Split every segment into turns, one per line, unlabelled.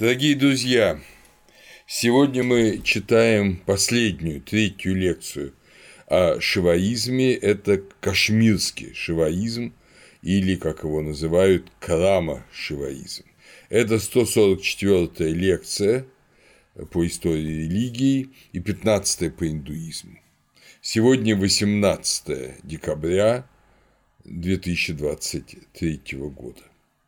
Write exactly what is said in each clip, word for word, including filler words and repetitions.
Дорогие друзья, сегодня мы читаем последнюю, третью лекцию о шиваизме. Это кашмирский шиваизм, или, как его называют, крама-шиваизм. Это сто сорок четвёртая лекция по истории религии и пятнадцатая по индуизму. Сегодня восемнадцатое декабря две тысячи двадцать третьего года.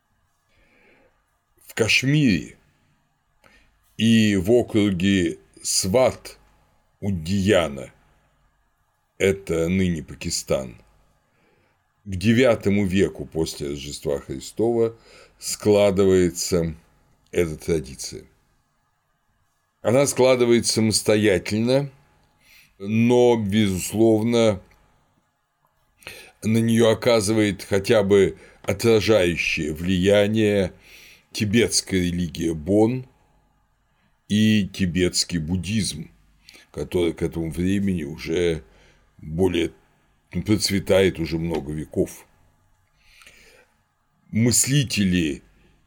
В Кашмире и в округе Сват Уддияна, это ныне Пакистан, к девятому веку после Рождества Христова складывается эта традиция. Она складывается самостоятельно, но, безусловно, на нее оказывает хотя бы отражающее влияние тибетская религия Бон и тибетский буддизм, который к этому времени уже более ну, процветает уже много веков. Мыслители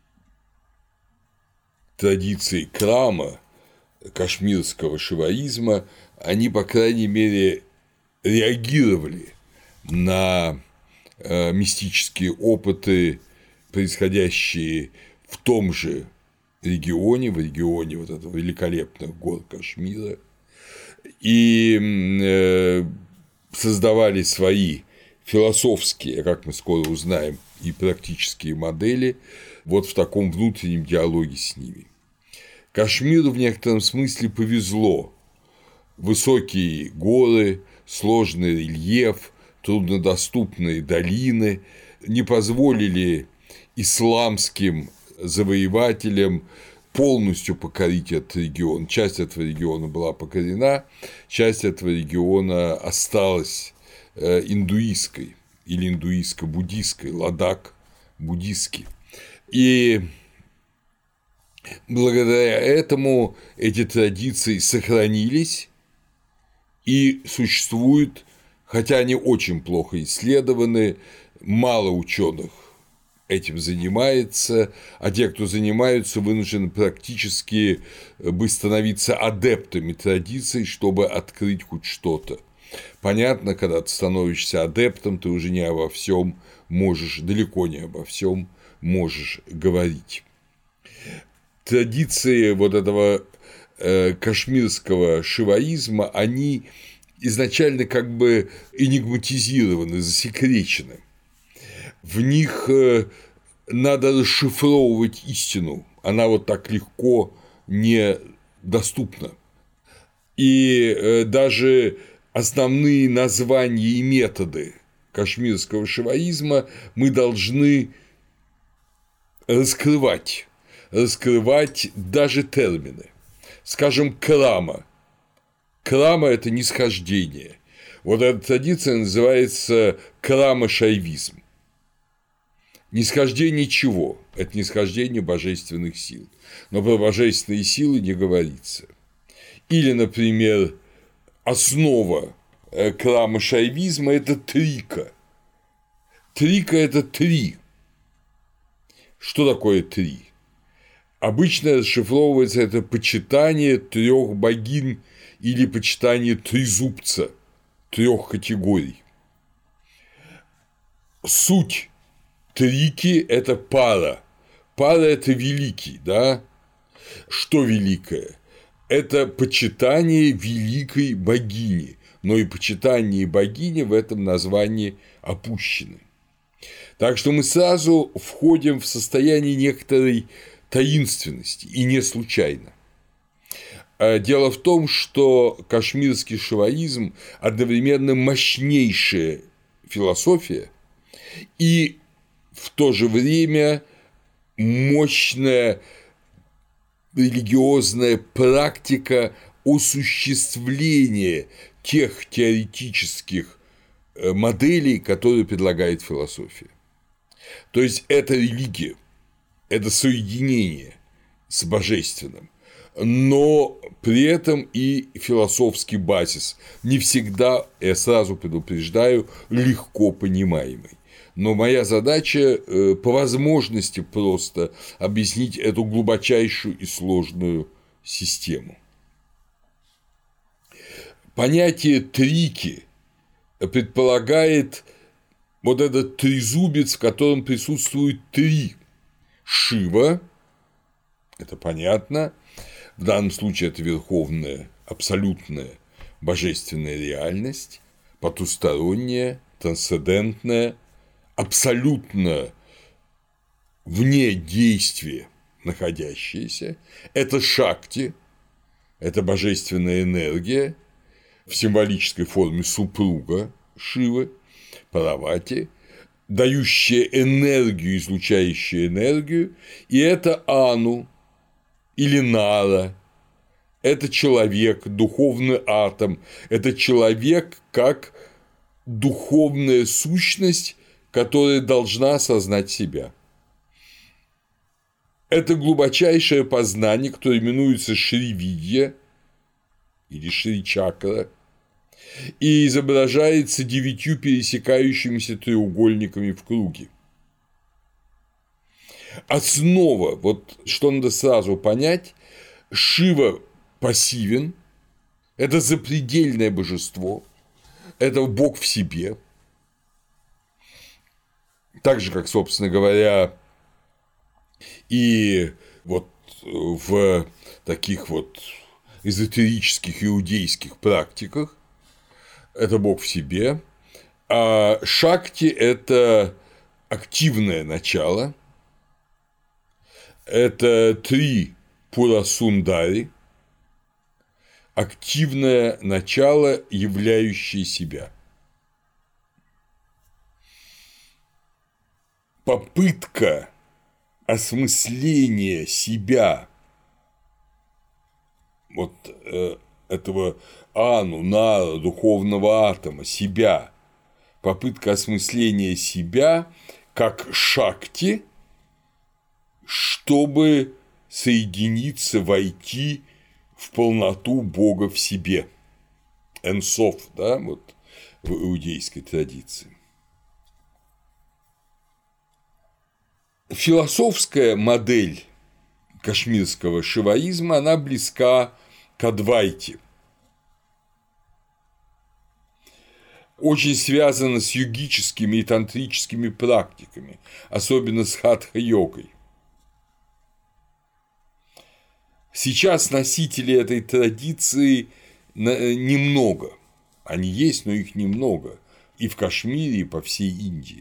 традиции крама, кашмирского шиваизма, они, по крайней мере, реагировали на э, мистические опыты, происходящие в том же регионе, в регионе вот этого великолепных гор Кашмира, и э, создавали свои философские, как мы скоро узнаем, и практические модели вот в таком внутреннем диалоге с ними. Кашмиру в некотором смысле повезло. Высокие горы, сложный рельеф, труднодоступные долины не позволили исламским завоевателям полностью покорить этот регион. Часть этого региона была покорена, часть этого региона осталась индуистской или индуистско-буддистской, ладак буддистский. И благодаря этому эти традиции сохранились и существуют, хотя они очень плохо исследованы, мало ученых этим занимается, а те, кто занимаются, вынуждены практически бы становиться адептами традиций, чтобы открыть хоть что-то. Понятно, когда ты становишься адептом, ты уже не обо всем можешь, далеко не обо всем можешь говорить. Традиции вот этого э, кашмирского шиваизма, они изначально как бы энигматизированы, засекречены. В них надо расшифровывать истину, она вот так легко недоступна. И даже основные названия и методы кашмирского шиваизма мы должны раскрывать, раскрывать даже термины. Скажем, крама. Крама – это нисхождение. Вот эта традиция называется крама-шайвизм. Нисхождение чего? Это нисхождение божественных сил. Но про божественные силы не говорится. Или, например, основа крама-шайвизма – это трика. Трика – это три. Что такое три? Обычно расшифровывается это почитание трех богинь или почитание трезубца, трех категорий. Суть трики – это пара. Пара – это великий, да? Что великое? Это почитание великой богини, но и почитание богини в этом названии опущены. Так что мы сразу входим в состояние некоторой таинственности, и не случайно. Дело в том, что кашмирский шиваизм одновременно мощнейшая философия и в то же время мощная религиозная практика осуществления тех теоретических моделей, которые предлагает философия. То есть это религия, это соединение с божественным, но при этом и философский базис, не всегда, я сразу предупреждаю, легко понимаемый. но моя задача по возможности просто объяснить эту глубочайшую и сложную систему. Понятие трики предполагает вот этот трезубец, в котором присутствует три. Шива, это понятно, в данном случае это верховная, абсолютная божественная реальность, потусторонняя, трансцендентная, абсолютно вне действия находящаяся. Это Шакти, это божественная энергия в символической форме супруга Шивы, Парвати, дающая энергию, излучающая энергию, и это Ану или Нара, это человек, духовный атом, это человек как духовная сущность, которая должна осознать себя. Это глубочайшее познание, которое именуется Шри-видья или Шри-чакра, и изображается девятью пересекающимися треугольниками в круге. Основа, вот что надо сразу понять, Шива пассивен, это запредельное божество, это Бог в себе, так же, как, собственно говоря, и вот в таких вот эзотерических иудейских практиках это Бог в себе, а Шакти – это активное начало, это три Пурасундари, активное начало, являющее себя. Попытка осмысления себя, вот э, этого Ану, Нара, духовного атома, себя, попытка осмысления себя как Шакти, чтобы соединиться, войти в полноту Бога в себе. Энсоф, да, вот в иудейской традиции. Философская модель кашмирского шиваизма, она близка к Адвайте. Очень связана с йогическими и тантрическими практиками, особенно с хатха-йогой. Сейчас носителей этой традиции немного. Они есть, но их немного. И в Кашмире, и по всей Индии.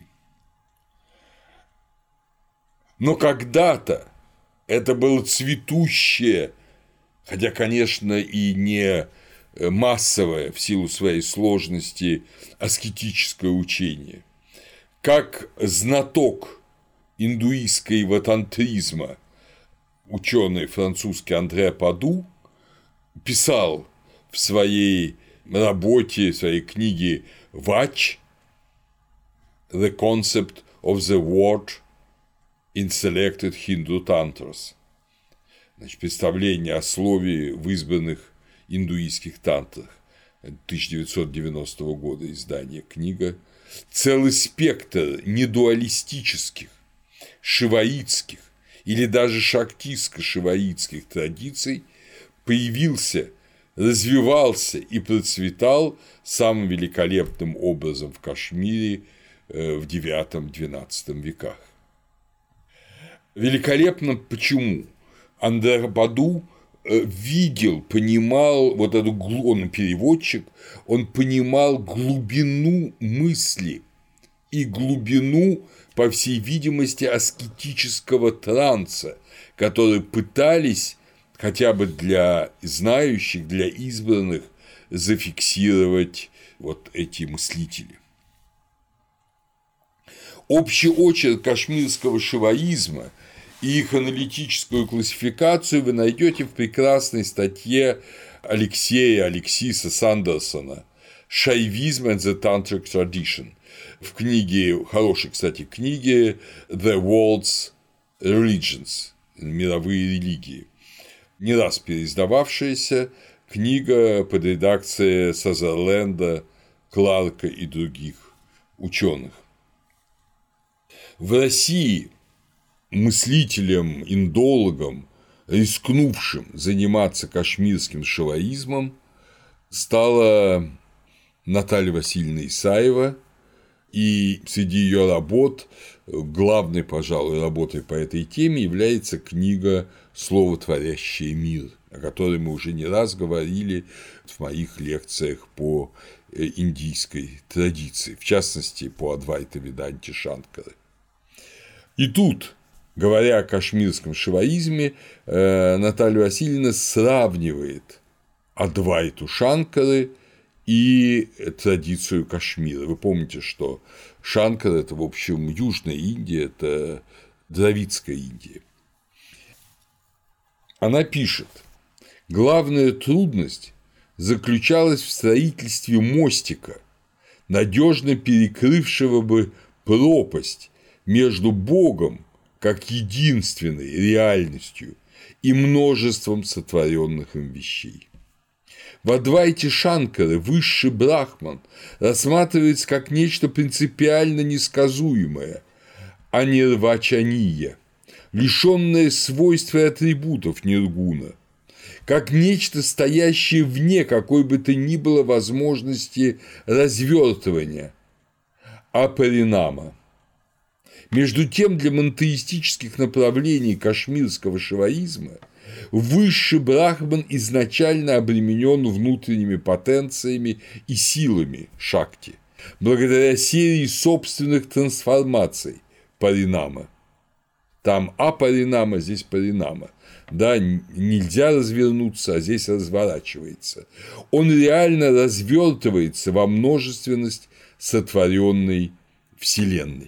Но когда-то это было цветущее, хотя, конечно, и не массовое в силу своей сложности аскетическое учение. Как знаток индуистского тантризма ученый французский Андре Паду писал в своей работе, в своей книге «Vach» «The Concept of the Word in Selected Hindu Tantras», значит, представление о слове в избранных индуистских тантрах, тысяча девятьсот девяностого года издание, книга, целый спектр недуалистических, шиваитских или даже шактистско-шиваитских традиций появился, развивался и процветал самым великолепным образом в Кашмире в девятом-двенадцатом веках. Великолепно почему? Андре Паду видел, понимал, вот этот, он переводчик, он понимал глубину мысли и глубину, по всей видимости, аскетического транса, который пытались хотя бы для знающих, для избранных зафиксировать вот эти мыслители. Общий очерк кашмирского шиваизма и их аналитическую классификацию вы найдете в прекрасной статье Алексея Алексиса Сандерсона «Шайвизм and the Tantric Tradition», в книге, хорошей, кстати, книге «The World's Religions» – «Мировые религии», не раз переиздававшаяся книга под редакцией Сазерленда, Кларка и других ученых. В России мыслителям, индологам, рискнувшим заниматься кашмирским шиваизмом, стала Наталья Васильевна Исаева, и среди ее работ главной, пожалуй, работой по этой теме является книга «Слово, творящее мир», о которой мы уже не раз говорили в моих лекциях по индийской традиции, в частности, по Адвайта Веданте Шанкары. И тут, говоря о кашмирском шиваизме, Наталья Васильевна сравнивает Адвайту Шанкары и традицию Кашмира. Вы помните, что Шанкара – это, в общем, Южная Индия, это Дравидская Индия. Она пишет: главная трудность заключалась в строительстве мостика, надежно перекрывшего бы пропасть между Богом как единственной реальностью и множеством сотворенных им вещей. В Адвайте Шанкары высший брахман рассматривается как нечто принципиально несказуемое, а не рвачания, лишённое свойств и атрибутов ниргуна, как нечто, стоящее вне какой бы то ни было возможности развертывания, апаринама. Между тем, для монотеистических направлений кашмирского шиваизма высший брахман изначально обременен внутренними потенциями и силами шакти, благодаря серии собственных трансформаций паринама. Там апаринама, здесь паринама. Да, нельзя развернуться, а здесь разворачивается. Он реально развертывается во множественность сотворенной Вселенной.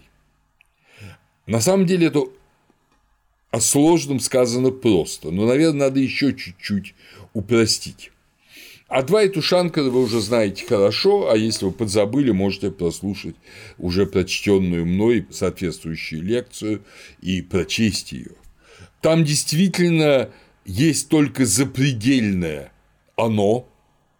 На самом деле это о сложном сказано просто, но, наверное, надо еще чуть-чуть упростить. Адвайту Шанкары вы уже знаете хорошо, а если вы подзабыли, можете прослушать уже прочтенную мной соответствующую лекцию и прочесть ее. Там действительно есть только запредельное оно,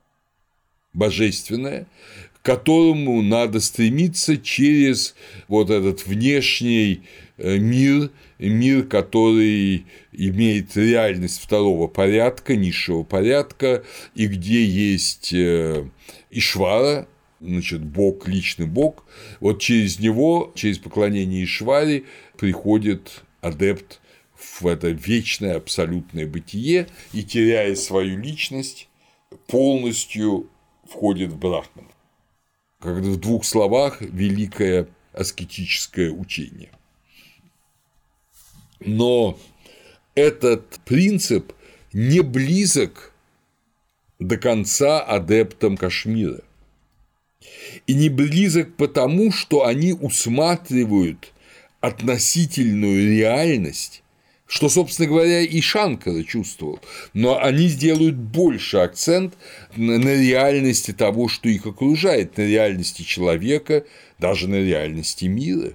божественное, к которому надо стремиться через вот этот внешний мир, мир, который имеет реальность второго порядка, низшего порядка, и где есть Ишвара, значит, Бог, личный Бог, вот через него, через поклонение Ишваре приходит адепт в это вечное абсолютное бытие и, теряя свою личность, полностью входит в брахман. Как в двух словах великое аскетическое учение. Но этот принцип не близок до конца адептам Кашмира. И не близок потому, что они усматривают относительную реальность, что, собственно говоря, и Шанкара чувствовал, но они сделают больше акцент на реальности того, что их окружает, на реальности человека, даже на реальности мира.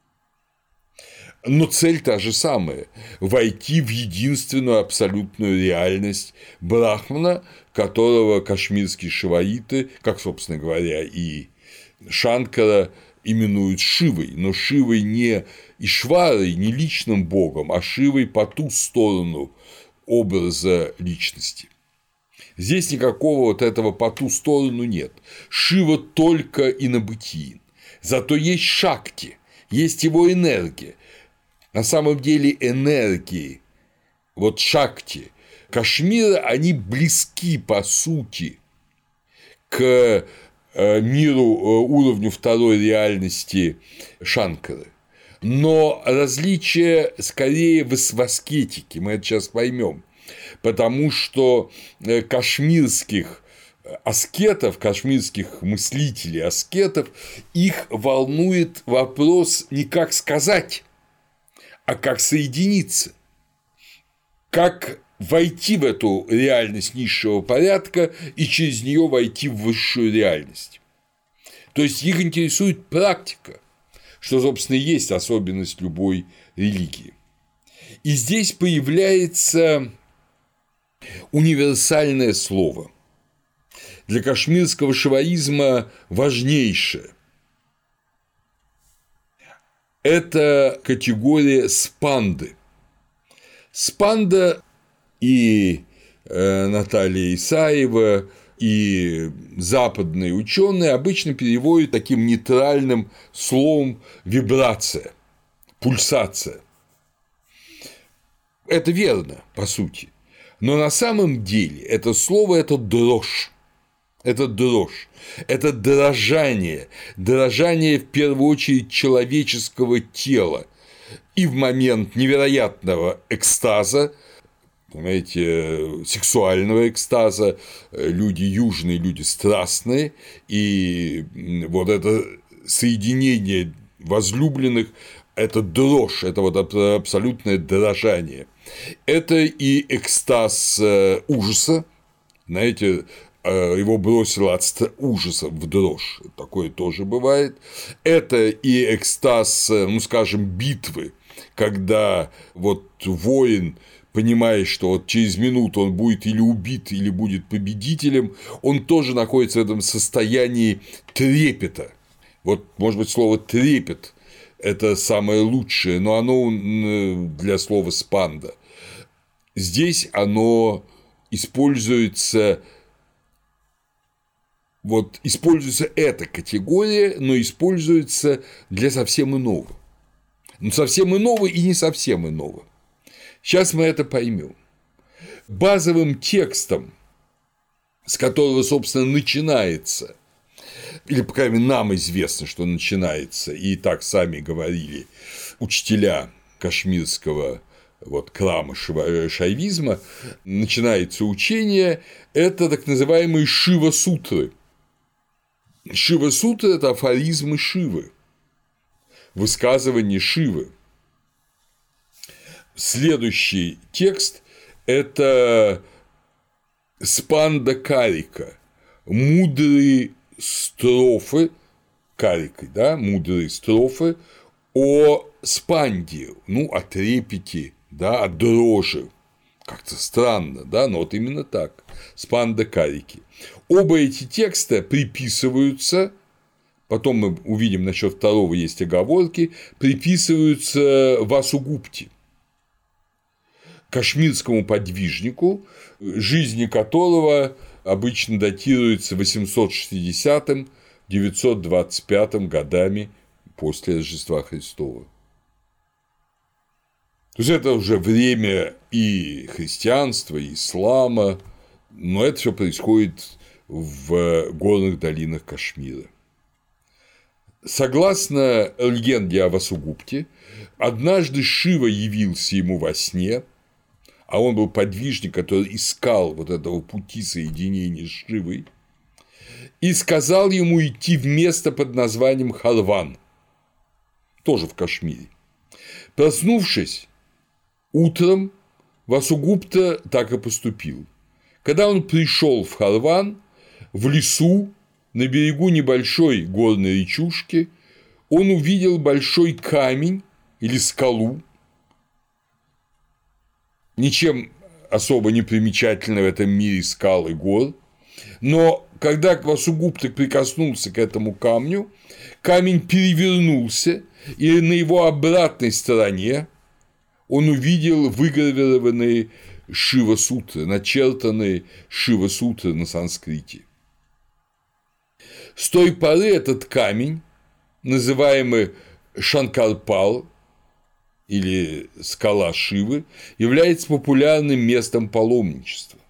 Но цель та же самая – войти в единственную абсолютную реальность брахмана, которого кашмирские шиваиты, как, собственно говоря, и Шанкара, именуют Шивой, но Шивой не Ишварой, не личным богом, а Шивой по ту сторону образа личности. Здесь никакого вот этого по ту сторону нет. Шива только инобытиен. Зато есть Шакти, есть его энергия. На самом деле энергии, вот Шакти, Кашмира, они близки по сути к миру, уровню второй реальности Шанкары. Но различие скорее в аскетике, мы это сейчас поймем, потому что кашмирских аскетов, кашмирских мыслителей, аскетов, их волнует вопрос не как сказать, а как соединиться, как войти в эту реальность низшего порядка и через нее войти в высшую реальность. То есть их интересует практика, что, собственно, и есть особенность любой религии. И здесь появляется универсальное слово, для кашмирского шиваизма важнейшее. это категория спанды. Спанда и э, Наталья Исаева, и западные ученые обычно переводят таким нейтральным словом вибрация, пульсация. Это верно, по сути. Но на самом деле это слово – это дрожь. Это дрожь, это дрожание, дрожание в первую очередь человеческого тела. И в момент невероятного экстаза, понимаете, сексуального экстаза, люди южные, люди страстные, и вот это соединение возлюбленных – это дрожь, это вот абсолютное дрожание. Это и экстаз ужаса, знаете, его бросило от ужаса в дрожь, такое тоже бывает. Это и экстаз, ну, скажем, битвы, когда вот воин, понимая, что вот через минуту он будет или убит, или будет победителем, он тоже находится в этом состоянии трепета. Вот, может быть, слово «трепет» – это самое лучшее, но оно для слова «спанда». Здесь оно используется. Вот используется эта категория, но используется для совсем иного. Ну, совсем иного и не совсем иного. Сейчас мы это поймем. Базовым текстом, с которого, собственно, начинается, или, по крайней мере, нам известно, что начинается, и так сами говорили учителя кашмирского вот крама шайвизма, начинается учение, это так называемые Шива-сутры. Шива-сутры – это афоризмы Шивы, высказывания Шивы. Следующий текст – это Спанда Карика, мудрые строфы, карикой, да, мудрые строфы о спанде, ну, о трепете, да, о дрожи. Как-то странно, да, но вот именно так. Спанда Карики. Оба эти текста приписываются, потом мы увидим насчет второго есть оговорки, приписываются Васугупте, кашмирскому подвижнику, жизни которого обычно датируется восемьсот шестидесятым — девятьсот двадцать пятым годами после Рождества Христова. То есть это уже время и христианства, и ислама, но это все происходит в горных долинах Кашмира. Согласно легенде о Васугупте, однажды Шива явился ему во сне, а он был подвижник, который искал вот этого пути соединения с Шивой, и сказал ему идти в место под названием Халван, тоже в Кашмире. Проснувшись утром, Васугупта так и поступил. Когда он пришел в Халван, в лесу, на берегу небольшой горной речушки, он увидел большой камень или скалу, ничем особо не примечательно в этом мире скал и гор, но когда Васугупта прикоснулся к этому камню, камень перевернулся, и на его обратной стороне он увидел выгравированные Шива-сутры, начертанные Шива-сутры на санскрите. С той поры этот камень, называемый Шанкарпал или скала Шивы, является популярным местом паломничества.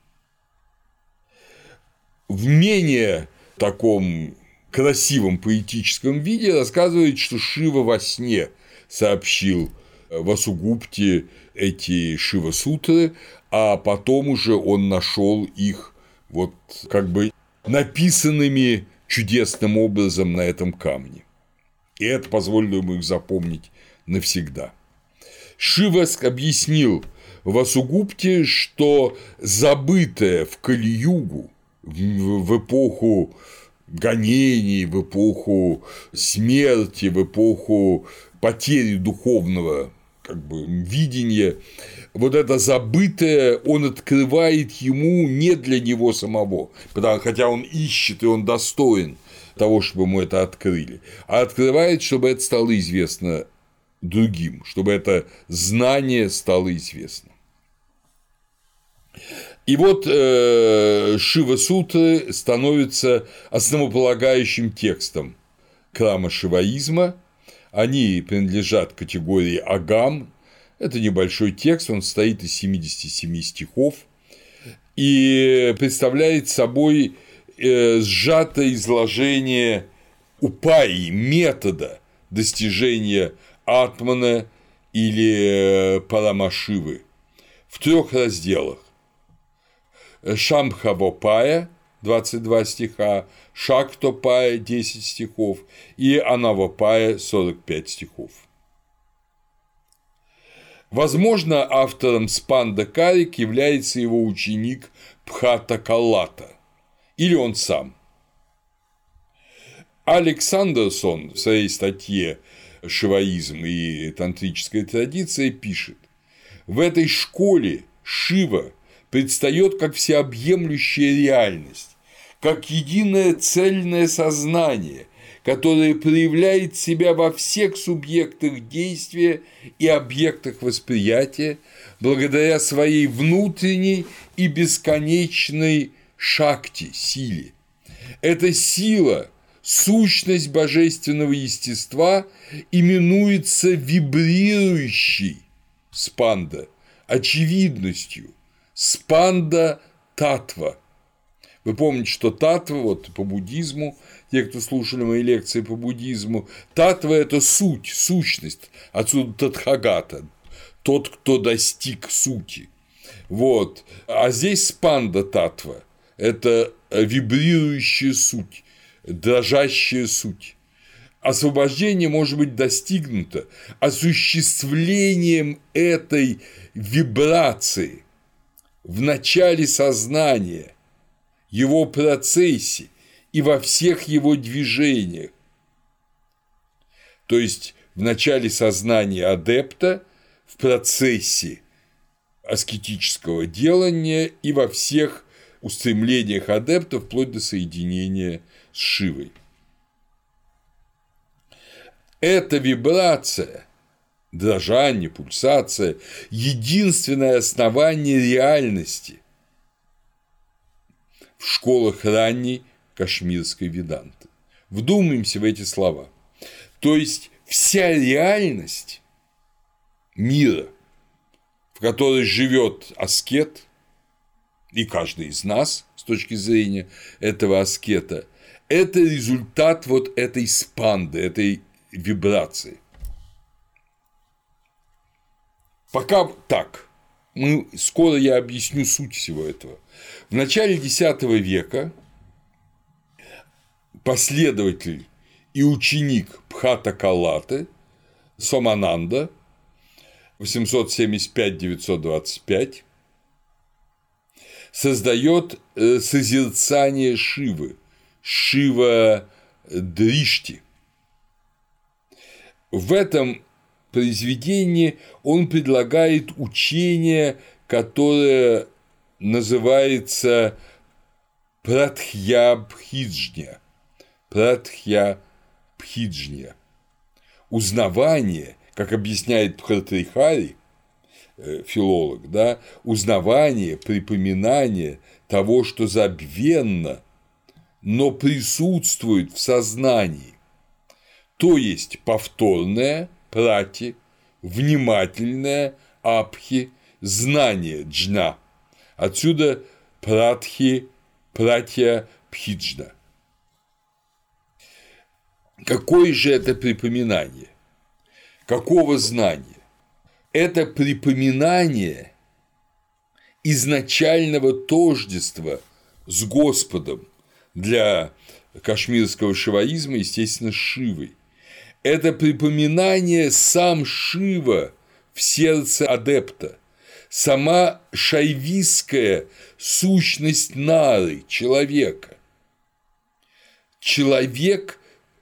В менее таком красивом поэтическом виде рассказывает, что Шива во сне сообщил Васугупте эти Шива-сутры, а потом уже он нашел их вот как бы написанными чудесным образом на этом камне. И это позволило ему их запомнить навсегда. Шива объяснил Васугупте, что забытое в Кали-югу, в эпоху гонений, в эпоху смерти, в эпоху потери духовного как бы видения, вот это забытое он открывает ему не для него самого, потому, хотя он ищет и он достоин того, чтобы ему это открыли, а открывает, чтобы это стало известно другим, чтобы это знание стало известно. И вот э, Шива-сутры становятся основополагающим текстом крама-шиваизма. Они принадлежат категории агам. Это небольшой текст, он состоит из семидесяти семи стихов и представляет собой э, сжатое изложение упаи, метода достижения атмана или парамашивы в трех разделах. Шамбхавопая двадцать два стиха, Шактопая десять стихов и Анавопая сорок пять стихов. Возможно, автором Спанда Карик является его ученик Пхата Каллата, или он сам. Александерсон в своей статье «Шиваизм и тантрическая традиция» пишет: в этой школе Шива предстает как всеобъемлющая реальность, как единое цельное сознание, которое проявляет себя во всех субъектах действия и объектах восприятия благодаря своей внутренней и бесконечной шакти, силе. Эта сила, сущность божественного естества, именуется вибрирующей спанда, очевидностью, спанда татва. Вы помните, что татва, вот по буддизму, те, кто слушали мои лекции по буддизму, татва – это суть, сущность, отсюда татхагата, тот, кто достиг сути. Вот. А здесь спанда татва – это вибрирующая суть, дрожащая суть. Освобождение может быть достигнуто осуществлением этой вибрации в начале сознания, его процессе и во всех его движениях. То есть в начале сознания адепта, в процессе аскетического делания и во всех устремлениях адепта вплоть до соединения с Шивой. Эта вибрация, дрожание, пульсация – единственное основание реальности в школах ранней кашмирской веданты. Вдумаемся в эти слова. То есть вся реальность мира, в которой живет аскет, и каждый из нас с точки зрения этого аскета, это результат вот этой спанды, этой вибрации. Пока так. Мы, скоро я объясню суть всего этого. В начале десятого века последователь и ученик Пхата Каллаты Сомананда восемьсот семьдесят пять — девятьсот двадцать пять создает созерцание Шивы, Шива Дришти. В этом произведении он предлагает учение, которое называется Пратхьябхиджня. Пратхьябхиджня. Узнавание, как объясняет Бхартрихари, филолог, да, узнавание, припоминание того, что забвенно, но присутствует в сознании. То есть повторное прати, внимательное апхи, знание джна. Отсюда пратхи, пратья пхиджна. Какое же это припоминание? Какого знания? Это припоминание изначального тождества с Господом, для кашмирского шиваизма, естественно, с Шивой. Это припоминание сам Шива в сердце адепта, сама шайвистская сущность нары, человека. Человек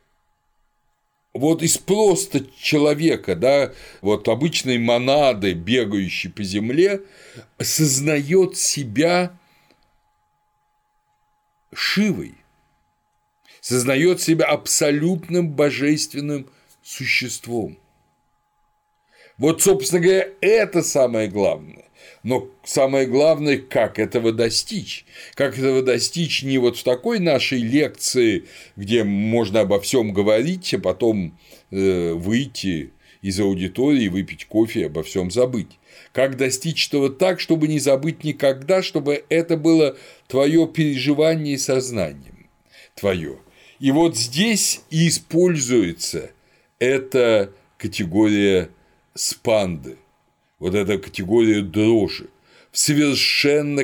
вот из просто человека, да, вот обычной монады, бегающей по земле, сознает себя Шивой, сознает себя абсолютным божественным существом. Вот, собственно говоря, это самое главное. Но самое главное, как этого достичь. Как этого достичь не вот в такой нашей лекции, где можно обо всем говорить, а потом э, выйти из аудитории, выпить кофе и обо всем забыть. Как достичь этого так, чтобы не забыть никогда, чтобы это было твое переживание сознанием, твое. И вот здесь и используется эта категория спанды, вот эта категория дрожи в совершенно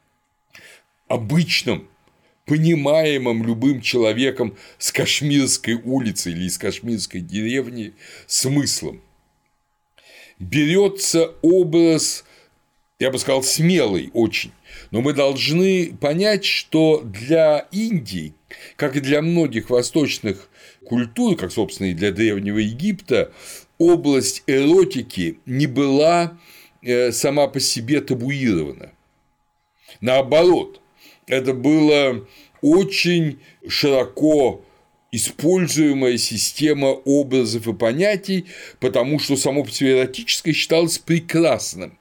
обычном, понимаемом любым человеком с Кашмирской улицы или из Кашмирской деревни смыслом. Берется образ, я бы сказал, смелый очень, но мы должны понять, что для Индии, как и для многих восточных культур, как, собственно, и для Древнего Египта, область эротики не была сама по себе табуирована. Наоборот, это была очень широко используемая система образов и понятий, потому что само по себе эротическое считалось прекрасным.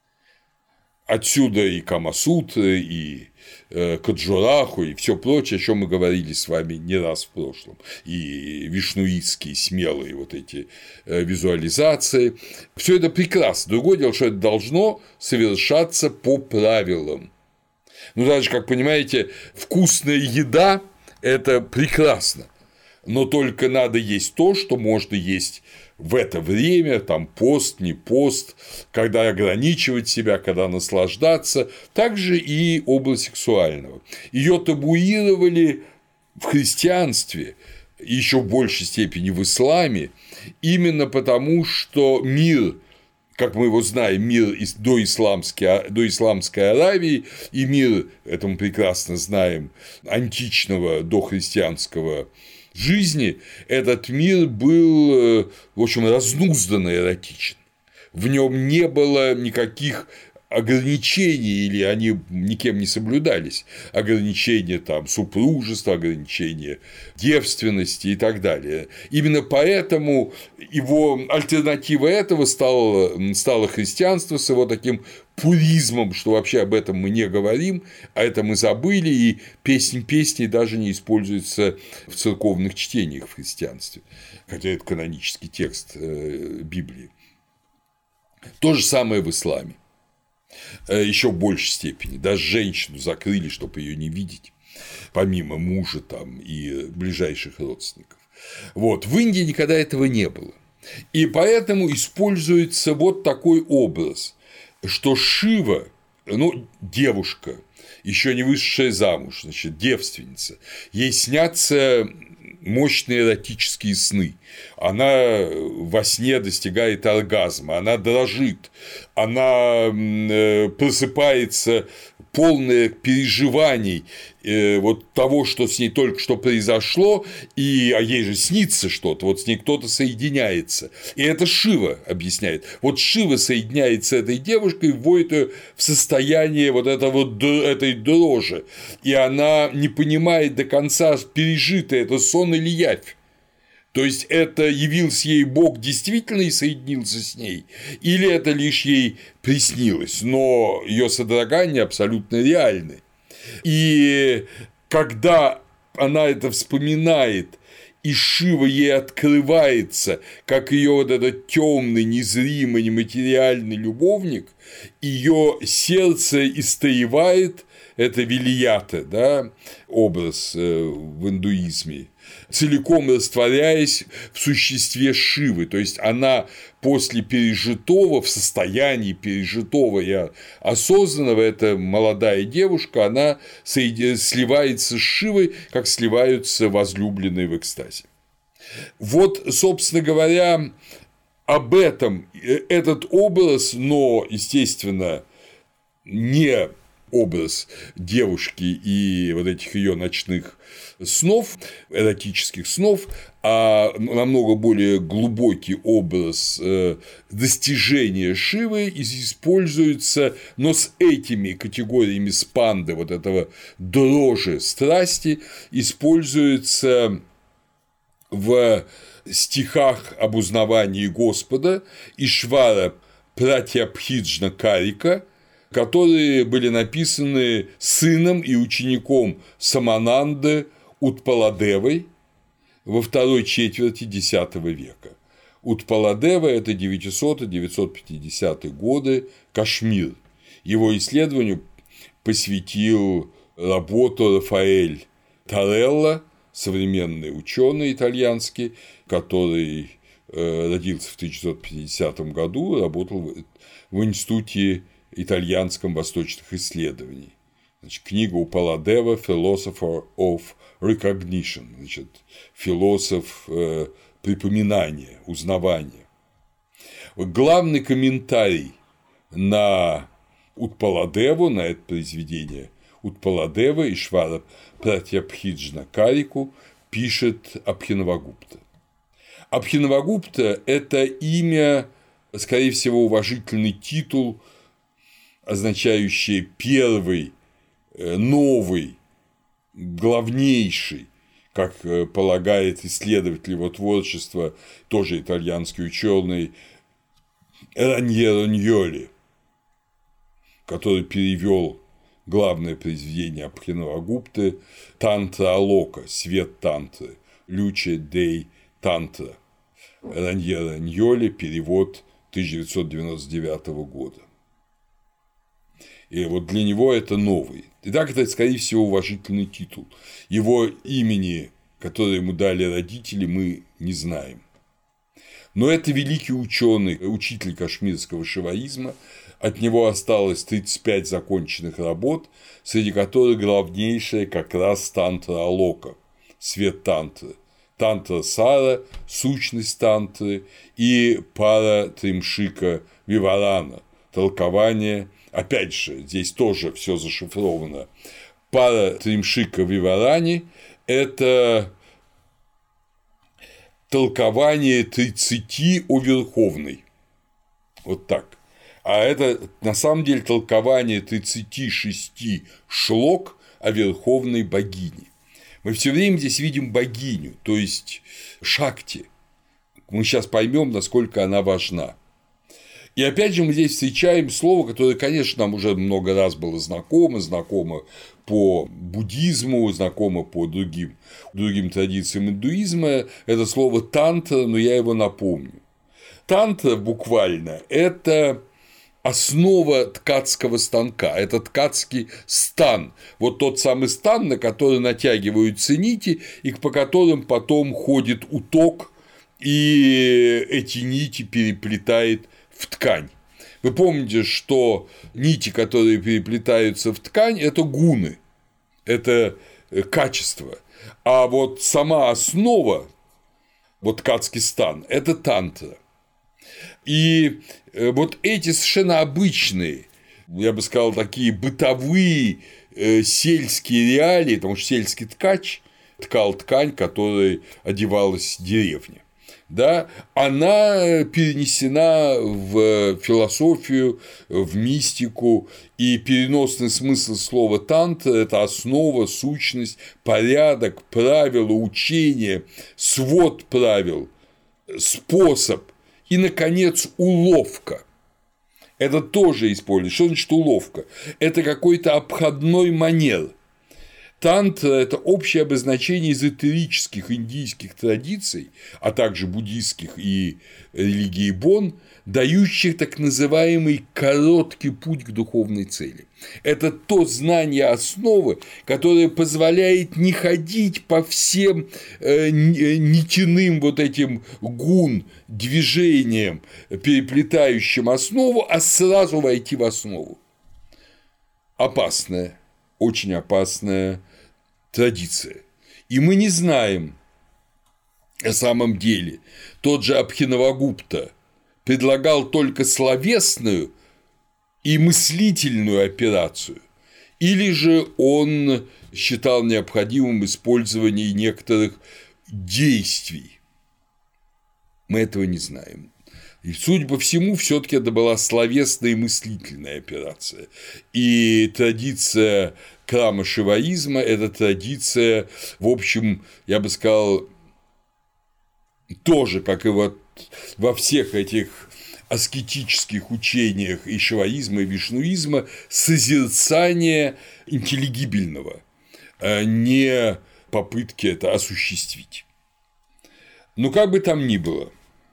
Отсюда и Камасутра, и Каджураху, и все прочее, о чем мы говорили с вами не раз в прошлом, и вишнуистские смелые вот эти визуализации. Все это прекрасно. Другое дело, что это должно совершаться по правилам. Ну, даже, как понимаете, вкусная еда – это прекрасно, но только надо есть то, что можно есть в это время, там пост, не пост, когда ограничивать себя, когда наслаждаться, также и область сексуального. Ее табуировали в христианстве, еще в большей степени в исламе, именно потому, что мир, как мы его знаем, мир доисламской, доисламской Аравии и мир, это мы прекрасно знаем, античного дохристианского жизни, этот мир был, в общем, разнузданно эротичен. В нем не было никаких ограничений, или они никем не соблюдались, ограничения там супружества, ограничения девственности и так далее. Именно поэтому его альтернатива этого стало, стало христианство с его таким пуризмом, что вообще об этом мы не говорим, а это мы забыли, и песнь песней даже не используется в церковных чтениях в христианстве, хотя это канонический текст Библии. То же самое в исламе. Еще в большей степени. Даже женщину закрыли, чтобы ее не видеть, помимо мужа там и ближайших родственников. Вот. В Индии никогда этого не было. И поэтому используется вот такой образ, что Шива, ну, девушка, еще не вышедшая замуж, значит, девственница, ей снятся мощные эротические сны. Она во сне достигает оргазма, она дрожит, она просыпается полная переживаний вот того, что с ней только что произошло, и, а ей же снится что-то, вот с ней кто-то соединяется. И это Шива объясняет. Вот Шива соединяется с этой девушкой, вводит ее в состояние вот этого, этой дрожи, и она не понимает до конца, пережито это сон или явь. То есть это явился ей Бог действительно и соединился с ней, или это лишь ей приснилось, но ее содрогания абсолютно реальны. И когда она это вспоминает, и Шива ей открывается, как ее вот этот темный, незримый, нематериальный любовник, ее сердце истаивает, это вилията, да, образ в индуизме, целиком растворяясь в существе Шивы, то есть она после пережитого, в состоянии пережитого и осознанного, эта молодая девушка, она сливается с Шивой, как сливаются возлюбленные в экстазе. Вот, собственно говоря, об этом этот образ, но, естественно, не образ девушки и вот этих ее ночных снов, эротических снов, а намного более глубокий образ достижения Шивы используется, но с этими категориями спанды, вот этого дрожи страсти, используется в стихах об узнавании Господа Ишвара Пратьябхиджна Карика, которые были написаны сыном и учеником Самананды Утпаладевой во второй четверти X века. Утпаладева – это девятисотые — девятьсот пятидесятые годы, Кашмир. Его исследованию посвятил работу Рафаэль Тарелла, современный ученый итальянский, который родился в тысяча девятьсот пятидесятом году, работал в Институте итальянском восточных исследований. Значит, книга Упаладева «Philosopher of Recognition», значит, философ э, припоминания, узнавания. Главный комментарий на Утпаладеву, на это произведение Утпаладева Ишвара Пратьябхиджна Карику пишет Абхинавагупта. Абхинавагупта – это имя, скорее всего, уважительный титул, означающий первый, новый, главнейший, как полагает исследователь его творчества, тоже итальянский ученый Раньеро Ньоли, который перевел главное произведение Абхинавагупты «Тантра Алока», «Свет тантры», «Люче дей тантра», Раньеро Ньоли, перевод тысяча девятьсот девяносто девятого года. И вот для него это новый. Итак, это, скорее всего, уважительный титул. Его имени, которое ему дали родители, мы не знаем. Но это великий ученый, учитель кашмирского шиваизма. От него осталось тридцать пять законченных работ, среди которых главнейшая как раз тантра Алока, свет тантры. Тантра Сара, сущность тантры, и пара Тримшика Виварана, толкование. Опять же, здесь тоже все зашифровано. Пара Тримшика Виварани – это толкование тридцати о Верховной. Вот так. А это на самом деле толкование тридцати шести шлок о Верховной богине. Мы все время здесь видим богиню, то есть Шакти. Мы сейчас поймем, насколько она важна. И опять же мы здесь встречаем слово, которое, конечно, нам уже много раз было знакомо, знакомо по буддизму, знакомо по другим, другим традициям индуизма. Это слово тантра, но я его напомню. Тантра буквально – это основа ткацкого станка, это ткацкий стан, вот тот самый стан, на который натягиваются нити, и по которым потом ходит уток, и эти нити переплетает в ткань. Вы помните, что нити, которые переплетаются в ткань, это гуны, это качество, а вот сама основа, вот ткацкий стан, это тантра. И вот эти совершенно обычные, я бы сказал, такие бытовые сельские реалии, потому что сельский ткач ткал ткань, которой одевалась деревня, да, она перенесена в философию, в мистику, и переносный смысл слова тантра – это основа, сущность, порядок, правила, учение, свод правил, способ. И, наконец, уловка. Это тоже используется. Что значит уловка? Это какой-то обходной манер. Тантра – это общее обозначение эзотерических индийских традиций, а также буддийских и религии Бон, дающих так называемый короткий путь к духовной цели. Это то знание основы, которое позволяет не ходить по всем нитяным вот этим гун движениям, переплетающим основу, а сразу войти в основу. Опасная, очень опасная традиция. И мы не знаем на самом деле, тот же Абхинавагупта предлагал только словесную и мыслительную операцию, или же он считал необходимым использование некоторых действий. Мы этого не знаем. И, судя по всему, все-таки это была словесная и мыслительная операция. И традиция крама-шиваизма – это традиция, в общем, я бы сказал, тоже, как и вот во всех этих аскетических учениях и шиваизма, и вишнуизма, созерцание интеллигибельного, не попытки это осуществить. Но как бы там ни было,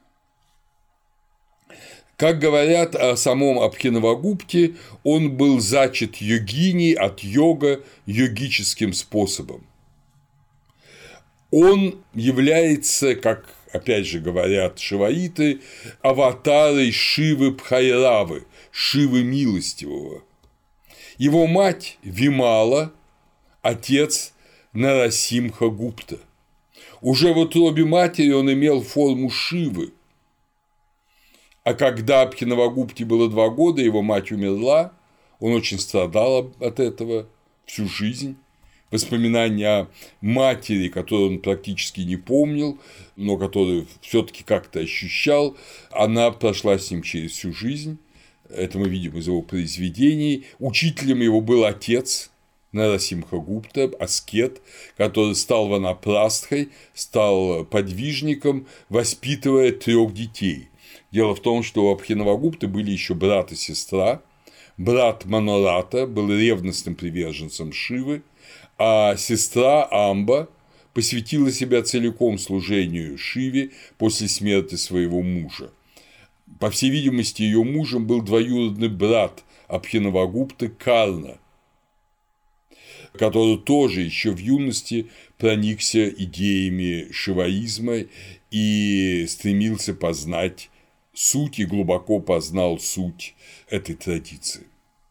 как говорят о самом Абхинавагупте, он был зачат йогиней от йога йогическим способом. Он является, как опять же говорят шиваиты, аватарой Шивы Бхайравы, Шивы Милостивого. Его мать Вимала, отец Нарасимха Гупта. Уже в утробе матери он имел форму Шивы. А когда Абхинавагупте было два года, его мать умерла, он очень страдал от этого всю жизнь. Воспоминания о матери, которую он практически не помнил, но которую все-таки как-то ощущал, она прошла с ним через всю жизнь. Это мы видим из его произведений. Учителем его был отец Нарасимха Гупта, аскет, который стал ванапрастхой, стал подвижником, воспитывая трех детей. Дело в том, что у Абхинавагупты были еще брат и сестра. Брат Манората был ревностным приверженцем Шивы, а сестра Амба посвятила себя целиком служению Шиве после смерти своего мужа. По всей видимости, ее мужем был двоюродный брат Абхинавагупты Карна, который тоже еще в юности проникся идеями шиваизма и стремился познать суть и глубоко познал суть этой традиции.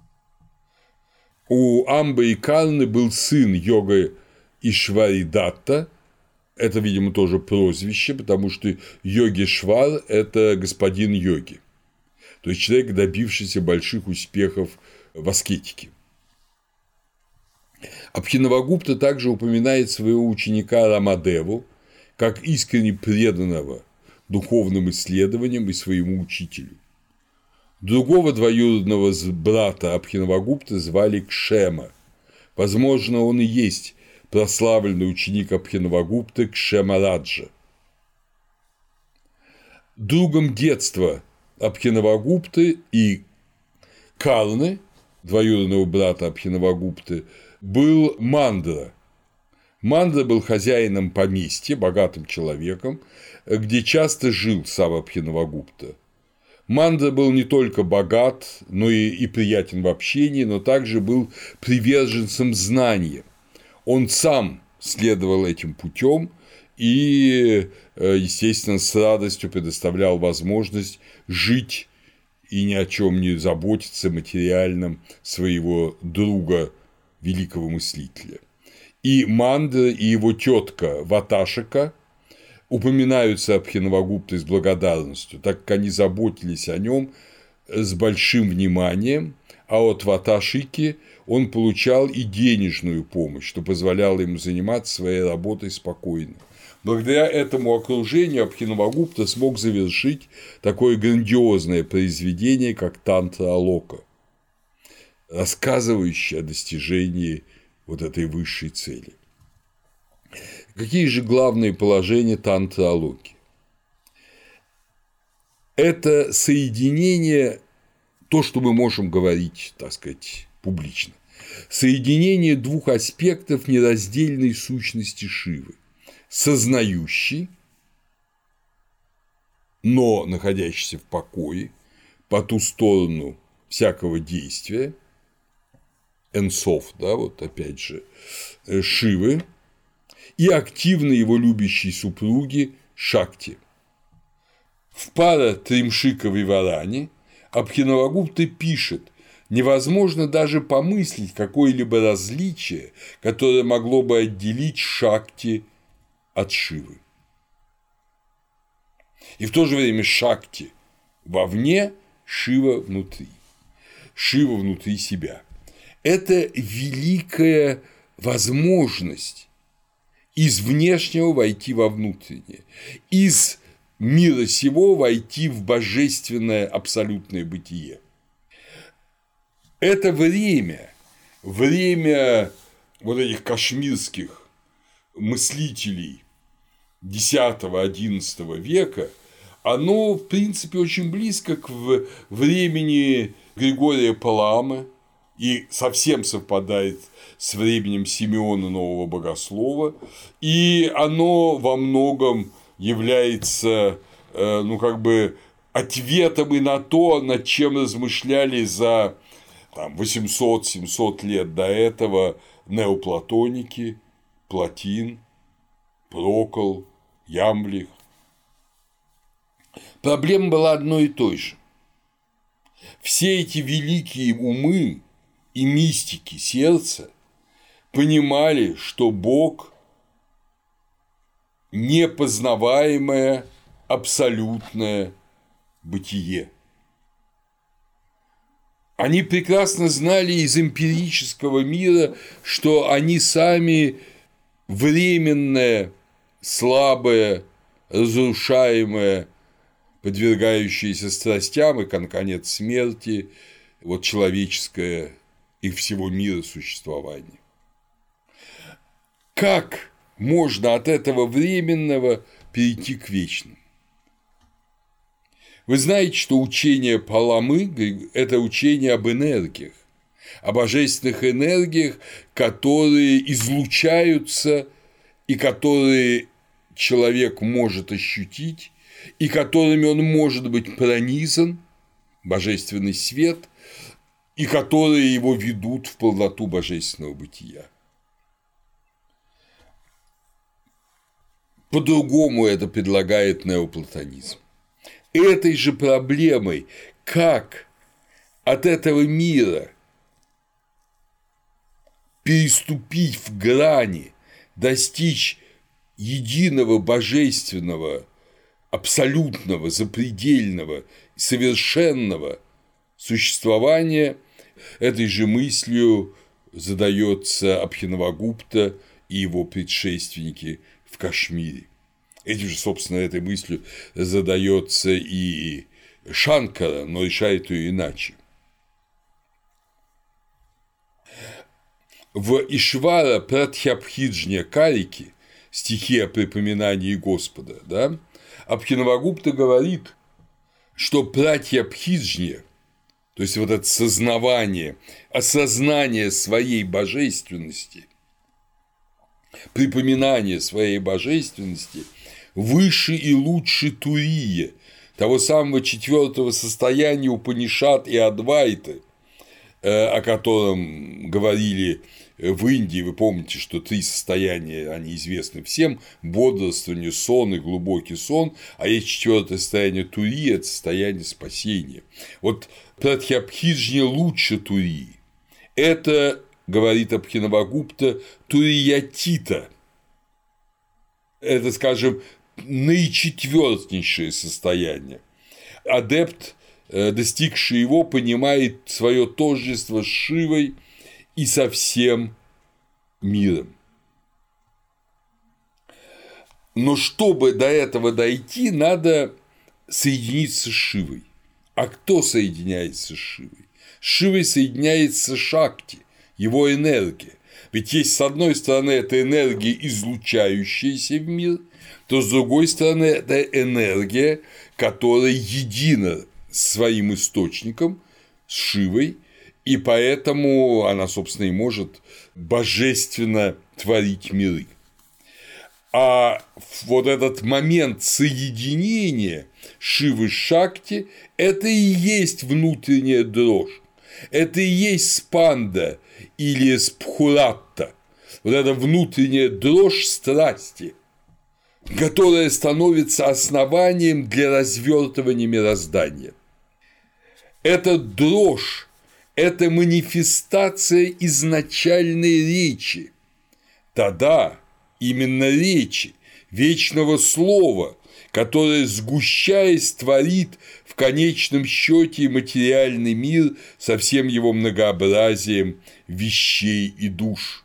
У Амбы и Карны был сын йога Ишваридатта. Это, видимо, тоже прозвище, потому что Йогешвар – это господин йоги, то есть человек, добившийся больших успехов в аскетике. Абхинавагупта также упоминает своего ученика Рамадеву как искренне преданного духовным исследованиям и своему учителю. Другого двоюродного брата Абхинавагупты звали Кшема. Возможно, он и есть прославленный ученик Абхинавагупты Кшемараджа. Другом детства Абхинавагупты и Карны, двоюродного брата Абхинавагупты, был Мандра. Мандра был хозяином поместья, богатым человеком, где часто жил сам Абхинавагупта. Мандра был не только богат, но и, и приятен в общении, но также был приверженцем знания. Он сам следовал этим путем и, естественно, с радостью предоставлял возможность жить и ни о чем не заботиться материальном своего друга, великого мыслителя. И Мандра, и его тетка Ваташика упоминаются Абхинавагуптой с благодарностью, так как они заботились о нем с большим вниманием, а от Ваташики он получал и денежную помощь, что позволяло ему заниматься своей работой спокойно. Благодаря этому окружению Абхинавагупта смог завершить такое грандиозное произведение, как Тантра-алока, рассказывающее о достижении вот этой высшей цели. Какие же главные положения Тантра-алоки? Это соединение, то, что мы можем говорить, так сказать, публично, соединение двух аспектов нераздельной сущности Шивы – сознающий, но находящийся в покое, по ту сторону всякого действия, энсоф, да, вот опять же, Шивы, и активно его любящей супруги Шакти. В пара Тримшика Виварани Абхинавагупта пишет: невозможно даже помыслить какое-либо различие, которое могло бы отделить Шакти от Шивы. И в то же время Шакти вовне, Шива внутри. Шива внутри себя. Это великая возможность из внешнего войти во внутреннее, из мира сего войти в божественное абсолютное бытие. Это время, время вот этих кашмирских мыслителей десятого-одиннадцатого века, оно, в принципе, очень близко к времени Григория Паламы и совсем совпадает с временем Симеона Нового Богослова, и оно во многом является, ну, как бы ответом и на то, над чем размышляли за восемьсот-семьсот лет до этого неоплатоники, Платин, Прокл, Ямблих. Проблема была одной и той же. Все эти великие умы и мистики сердца понимали, что Бог – непознаваемое абсолютное бытие. Они прекрасно знали из эмпирического мира, что они сами временное, слабое, разрушаемое, подвергающееся страстям и, наконец, смерти, вот человеческое и всего мира существование. Как можно от этого временного перейти к вечному? Вы знаете, что учение Паламы – это учение об энергиях, о божественных энергиях, которые излучаются и которые человек может ощутить, и которыми он может быть пронизан, божественный свет, и которые его ведут в полноту божественного бытия. По-другому это предлагает неоплатонизм. Этой же проблемой, как от этого мира переступить в грани, достичь единого божественного, абсолютного, запредельного, совершенного существования, этой же мыслью задается Абхинавагупта и его предшественники в Кашмире. Этим же, собственно, этой мыслью задается и Шанкара, но решает ее иначе. В Ишвара Пратхьябхиджня Карики, стихи о припоминании Господа, да, Абхинавагупта говорит, что Пратхьябхиджня, то есть вот это сознавание, осознание своей божественности, припоминание своей божественности выше и лучше Турия, того самого четвертого состояния Упанишад и Адвайты, о котором говорили в Индии. Вы помните, что три состояния, они известны всем: бодрствование, сон и глубокий сон, а есть четвертое состояние Турия – это состояние спасения. Вот Пратхьябхиджня лучше Турии. Это, говорит Абхинавагупта, Туриятита. Это, скажем, наичетвертнейшее состояние. Адепт, достигший его, понимает свое тождество с Шивой и со всем миром. Но чтобы до этого дойти, надо соединиться с Шивой. А кто соединяется с Шивой? С Шивой соединяется Шакти, его энергия. Ведь есть, с одной стороны, это энергия, излучающаяся в мир, то с другой стороны, это энергия, которая едина с своим источником, с Шивой, и поэтому она, собственно, и может божественно творить миры. А вот этот момент соединения Шивы с Шакти – это и есть внутренняя дрожь, это и есть спанда или спхуратта, вот эта внутренняя дрожь страсти, которая становится основанием для развертывания мироздания. Эта дрожь – это манифестация изначальной речи, тогда именно речи, вечного слова, которое, сгущаясь, творит в конечном счете материальный мир со всем его многообразием вещей и душ.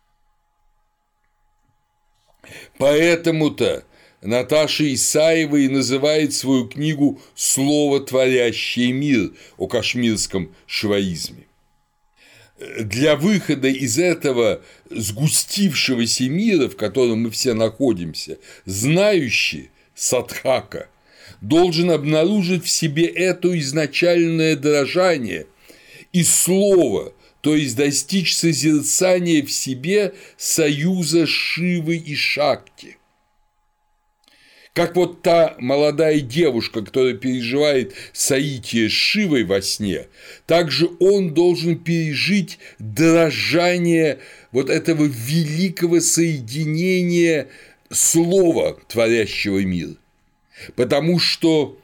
Поэтому-то Наташа Исаева и называет свою книгу «Слово, творящее мир» о кашмирском шиваизме. для выхода из этого сгустившегося мира, в котором мы все находимся, знающий садхака должен обнаружить в себе это изначальное дрожание и слово, то есть достичь созерцания в себе союза Шивы и Шакти. Как вот та молодая девушка, которая переживает соитие с Шивой во сне, также он должен пережить дрожание вот этого великого соединения слова, творящего мир. Потому что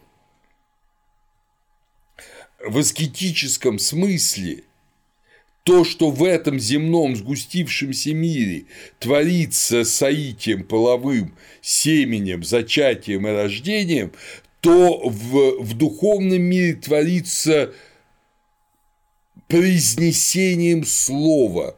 в аскетическом смысле то, что в этом земном сгустившемся мире творится соитием половым, семенем, зачатием и рождением, то в, в духовном мире творится произнесением слова.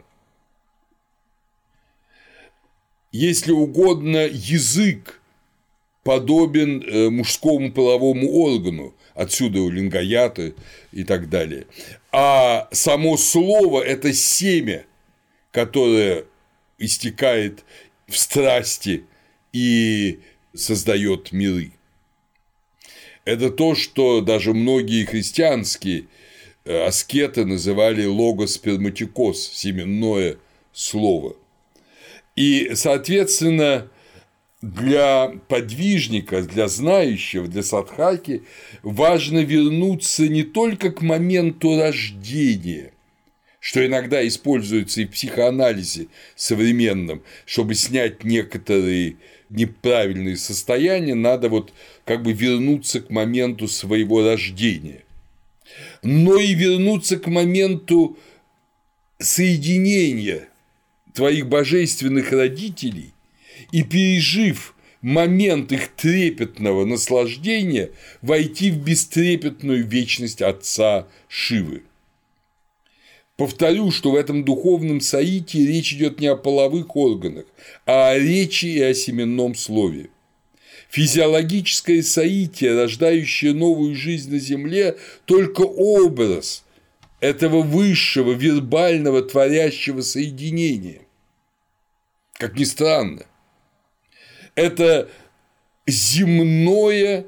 Если угодно, язык подобен мужскому половому органу, отсюда у лингаяты и так далее. А само слово – это семя, которое истекает в страсти и создает миры. Это то, что даже многие христианские аскеты называли логосперматикос – семенное слово. И, соответственно, для подвижника, для знающего, для садхаки важно вернуться не только к моменту рождения, что иногда используется и в психоанализе современном, чтобы снять некоторые неправильные состояния, надо вот как бы вернуться к моменту своего рождения, но и вернуться к моменту соединения твоих божественных родителей и, пережив момент их трепетного наслаждения, войти в бестрепетную вечность отца Шивы. Повторю, что в этом духовном соитии речь идет не о половых органах, а о речи и о семенном слове. Физиологическое соитие, рождающее новую жизнь на земле, только образ этого высшего вербального творящего соединения. Как ни странно. Это земное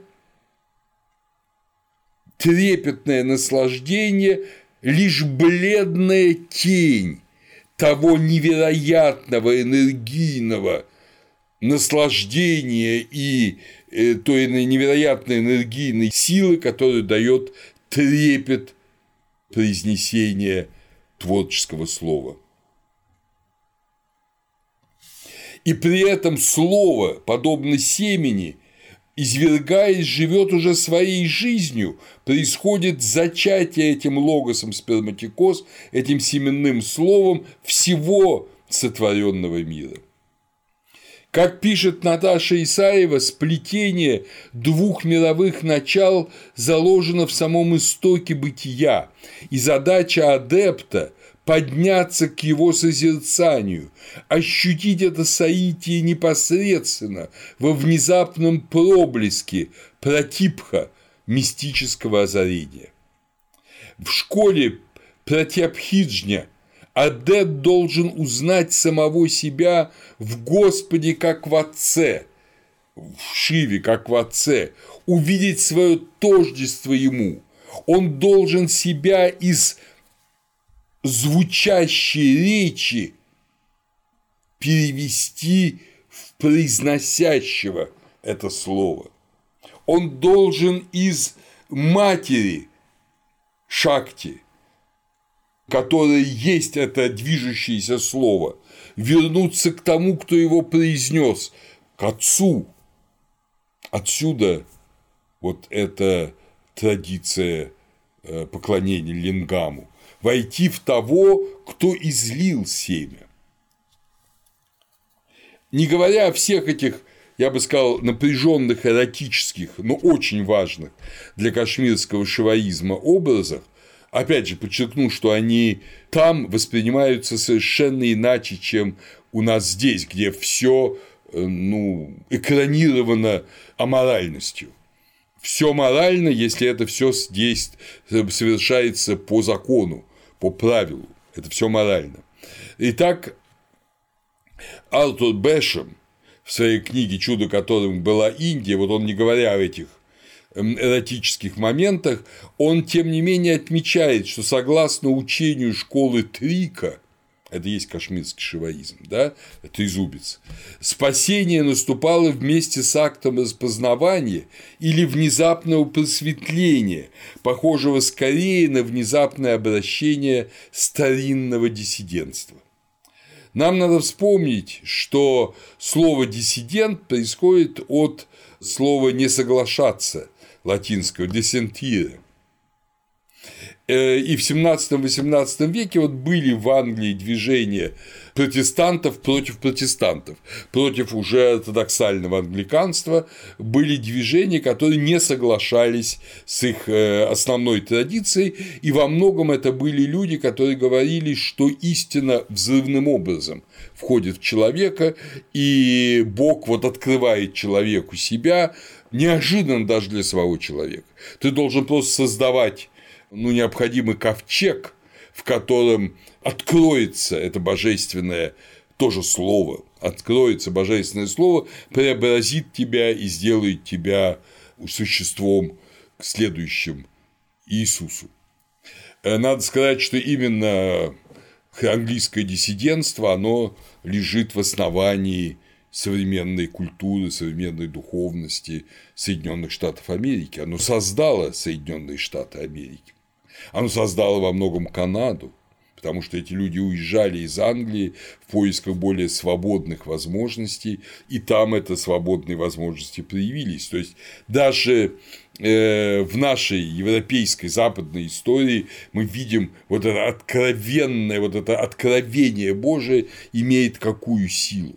трепетное наслаждение, лишь бледная тень того невероятного энергийного наслаждения и той невероятной энергийной силы, которую дает трепет произнесения творческого слова. И при этом слово, подобно семени, извергаясь, живет уже своей жизнью, происходит зачатие этим логосом сперматикос, этим семенным словом всего сотворенного мира. Как пишет Наташа Исаева, сплетение двух мировых начал заложено в самом истоке бытия, и задача адепта – подняться к его созерцанию, ощутить это соитие непосредственно во внезапном проблеске пратипха мистического озарения. В школе пратябхиджня адепт должен узнать самого себя в Господе как в Отце, в Шиве как в Отце, увидеть свое тождество Ему. Он должен себя из звучащей речи перевести в произносящего это слово. Он должен из матери Шакти, которая есть это движущееся слово, вернуться к тому, кто его произнес, к Отцу. Отсюда вот эта традиция поклонения лингаму. Войти в того, кто излил семя. Не говоря о всех этих, я бы сказал, напряженных эротических, но очень важных для кашмирского шиваизма образах, опять же подчеркну, что они там воспринимаются совершенно иначе, чем у нас здесь, где все ну, экранировано аморальностью. Все морально, если это все здесь совершается по закону, по правилу. Это все морально. Итак, Артур Бэшем в своей книге «Чудо, которым была Индия», вот он, не говоря об этих эротических моментах, он, тем не менее, отмечает, что согласно учению школы Трика, это есть кашмирский шиваизм, да, трезубец, спасение наступало вместе с актом распознавания или внезапного просветления, похожего скорее на внезапное обращение старинного диссидентства. Нам надо вспомнить, что слово «диссидент» происходит от слова «не соглашаться», латинского «dissentire». И в семнадцатом-восемнадцатом веке вот были в Англии движения протестантов против протестантов, против уже ортодоксального англиканства, были движения, которые не соглашались с их основной традицией, и во многом это были люди, которые говорили, что истина взрывным образом входит в человека, и Бог вот открывает человеку себя, неожиданно даже для самого человека. Ты должен просто создавать ну, необходимый ковчег, в котором откроется это божественное тоже слово, откроется божественное слово, преобразит тебя и сделает тебя существом следующим Иисусу. Надо сказать, что именно английское диссидентство, оно лежит в основании современной культуры, современной духовности Соединенных Штатов Америки. Оно создало Соединенные Штаты Америки. Оно создало во многом Канаду, потому что эти люди уезжали из Англии в поисках более свободных возможностей, и там это свободные возможности проявились. То есть даже в нашей европейской западной истории мы видим вот это откровенное, вот это откровение Божие имеет какую силу.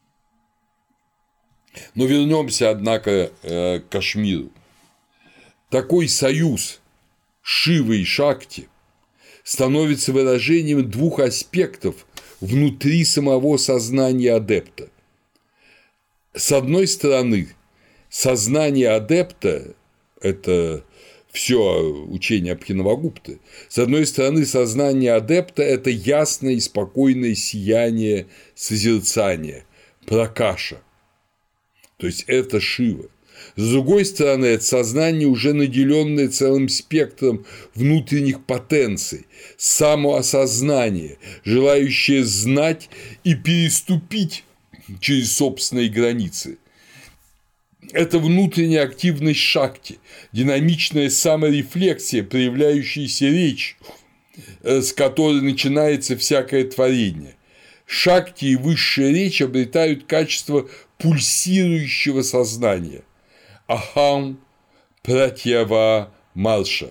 Но вернемся, однако, к Кашмиру. Такой союз Шивы и Шакти становится выражением двух аспектов внутри самого сознания адепта. С одной стороны, сознание адепта – это все учение Абхинавагупты. С одной стороны, сознание адепта – это ясное и спокойное сияние созерцания, пракаша. То есть это Шива. С другой стороны, это сознание, уже наделенное целым спектром внутренних потенций, самоосознание, желающее знать и переступить через собственные границы. Это внутренняя активность Шакти, динамичная саморефлексия, проявляющаяся речь, с которой начинается всякое творение. Шакти и высшая речь обретают качество пульсирующего сознания. Ахам Пратьява Марша.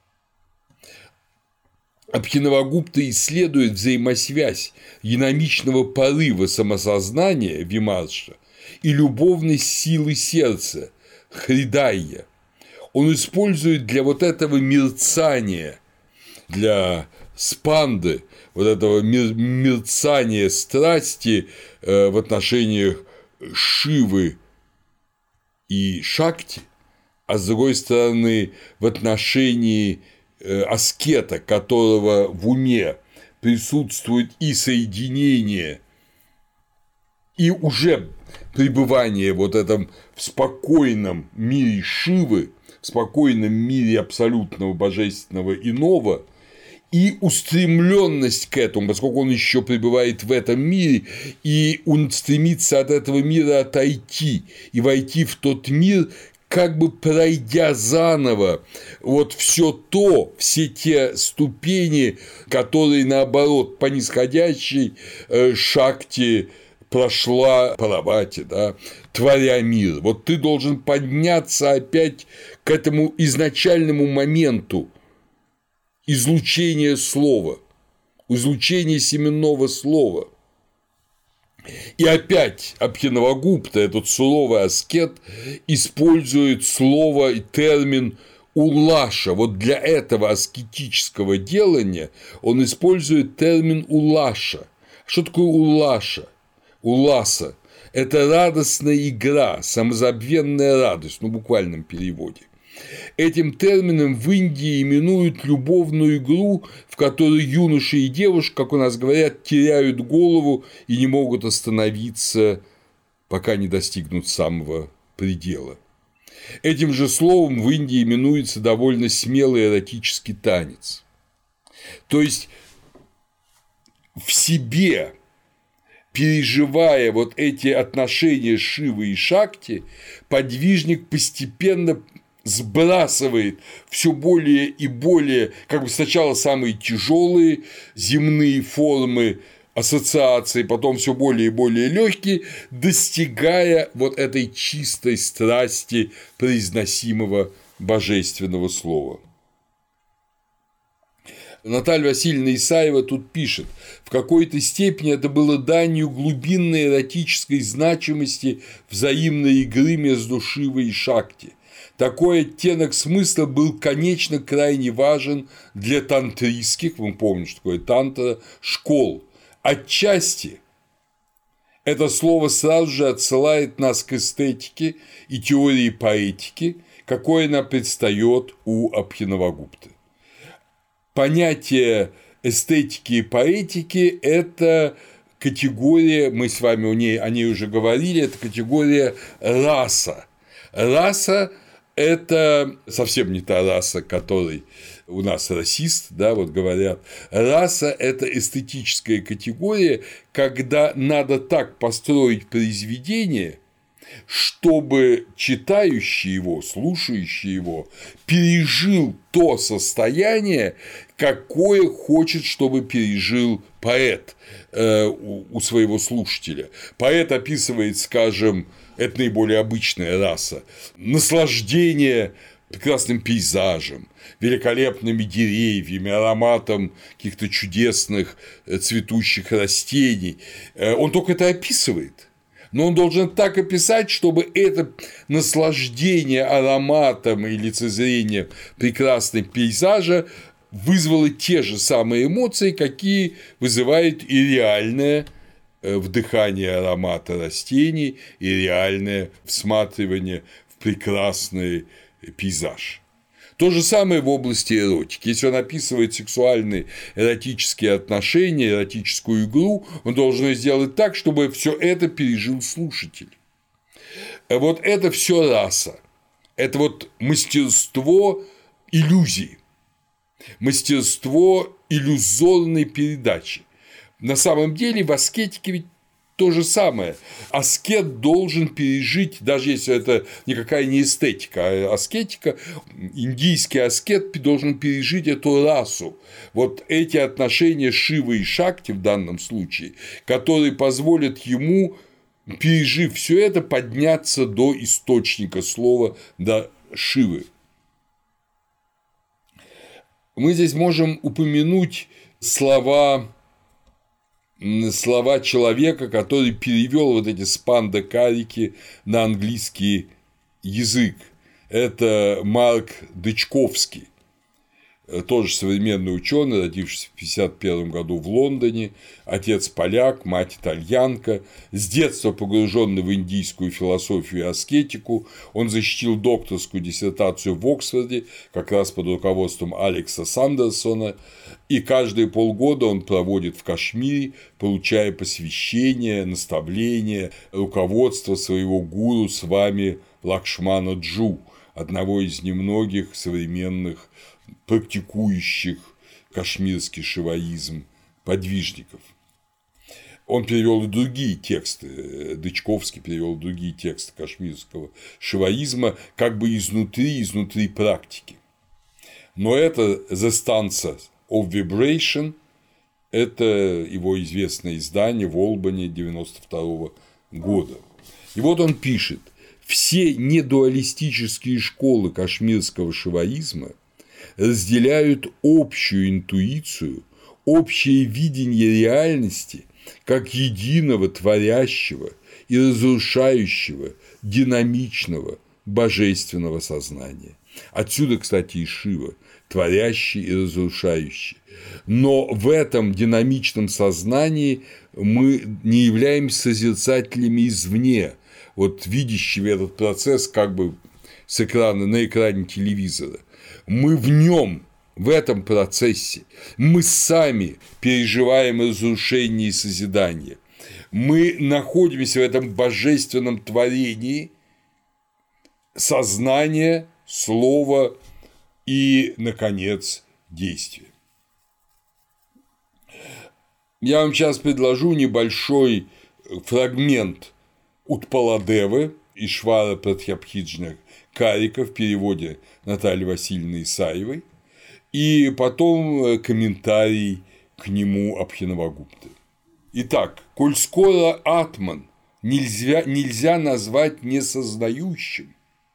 Абхинавагупта исследует взаимосвязь динамичного порыва самосознания Вимарша и любовной силы сердца Хридайя. Он использует для вот этого мерцания, для спанды, вот этого мерцания страсти в отношениях Шивы и Шакти, а с другой стороны, в отношении аскета, которого в уме присутствует и соединение, и уже пребывание вот этом в спокойном мире Шивы, в спокойном мире абсолютного божественного иного, и устремленность к этому, поскольку он еще пребывает в этом мире, и он стремится от этого мира отойти и войти в тот мир, как бы пройдя заново вот все то, все те ступени, которые, наоборот, по нисходящей Шакти прошла Паравати, да, творя мир. Вот ты должен подняться опять к этому изначальному моменту излучения слова, излучения семенного слова. И опять Абхинавагупта, этот суровый аскет, использует слово и термин улаша. Вот для этого аскетического делания он использует термин улаша. Что такое улаша? Уласа – это радостная игра, самозабвенная радость, ну, в буквальном переводе. Этим термином в Индии именуют любовную игру, в которой юноша и девушка, как у нас говорят, теряют голову и не могут остановиться, пока не достигнут самого предела. Этим же словом в Индии именуется довольно смелый эротический танец. То есть в себе, переживая вот эти отношения Шивы и Шакти, подвижник постепенно сбрасывает все более и более, как бы сначала самые тяжелые земные формы ассоциации, потом все более и более легкие, достигая вот этой чистой страсти произносимого божественного слова. Наталья Васильевна Исаева тут пишет: в какой-то степени это было данью глубинной эротической значимости взаимной игры между Шивой и Шакти. Такой оттенок смысла был, конечно, крайне важен для тантрийских, мы помним, что такое тантра, школ. Отчасти это слово сразу же отсылает нас к эстетике и теории поэтики, какой она предстает у Абхинавагупты. Понятие эстетики и поэтики – это категория, мы с вами о ней, о ней уже говорили, это категория раса. Раса – это совсем не та раса, которой у нас расист, да, вот говорят. Раса – это эстетическая категория, когда надо так построить произведение, чтобы читающий его, слушающий его пережил то состояние, какое хочет, чтобы пережил поэт э, у своего слушателя. Поэт описывает, скажем, это наиболее обычная раса, наслаждение прекрасным пейзажем, великолепными деревьями, ароматом каких-то чудесных цветущих растений. Он только это описывает. Но он должен так описать, чтобы это наслаждение ароматом и лицезрением прекрасного пейзажа вызвало те же самые эмоции, какие вызывает и реальное вдыхание аромата растений, и реальное всматривание в прекрасный пейзаж. То же самое в области эротики. Если он описывает сексуальные эротические отношения, эротическую игру, он должен сделать так, чтобы все это пережил слушатель. Вот это все раса. Это вот мастерство иллюзии, мастерство иллюзорной передачи. На самом деле в аскетике ведь то же самое. Аскет должен пережить, даже если это никакая не эстетика, а аскетика, индийский аскет должен пережить эту расу. Вот эти отношения Шивы и Шакти в данном случае, которые позволят ему, пережив все это, подняться до источника слова, до Шивы. Мы здесь можем упомянуть слова слова человека, который перевел вот эти спандакарики на английский язык. Это Марк Дычковский, тоже современный ученый, родившийся в пятьдесят первом году в Лондоне, отец поляк, мать итальянка, с детства погруженный в индийскую философию и аскетику. Он защитил докторскую диссертацию в Оксфорде, как раз под руководством Алекса Сандерсона, и каждые полгода он проводит в Кашмире, получая посвящение, наставление, руководство своего гуру Свами Лакшмана Джу, одного из немногих современных практикующих кашмирский шиваизм подвижников. Он перевел и другие тексты, Дычковский перевел другие тексты кашмирского шиваизма как бы изнутри, изнутри практики. Но это The Stanza of Vibration, это его известное издание в Олбани девяносто второго года. И вот он пишет: все недуалистические школы кашмирского шиваизма разделяют общую интуицию, общее видение реальности как единого творящего и разрушающего, динамичного, божественного сознания. Отсюда, кстати, и Шива – творящий и разрушающий. Но в этом динамичном сознании мы не являемся созерцателями извне, вот видящими этот процесс как бы с экрана, на экране телевизора. Мы в нем, в этом процессе. Мы сами переживаем разрушение и созидание. Мы находимся в этом божественном творении сознания, слова и, наконец, действия. Я вам сейчас предложу небольшой фрагмент Утпаладевы Ишвара Пратхьябхиджня Карика в переводе Натальи Васильевны Исаевой, и потом комментарий к нему Абхинавагупты. Итак, коль скоро атман нельзя, нельзя назвать несознающим,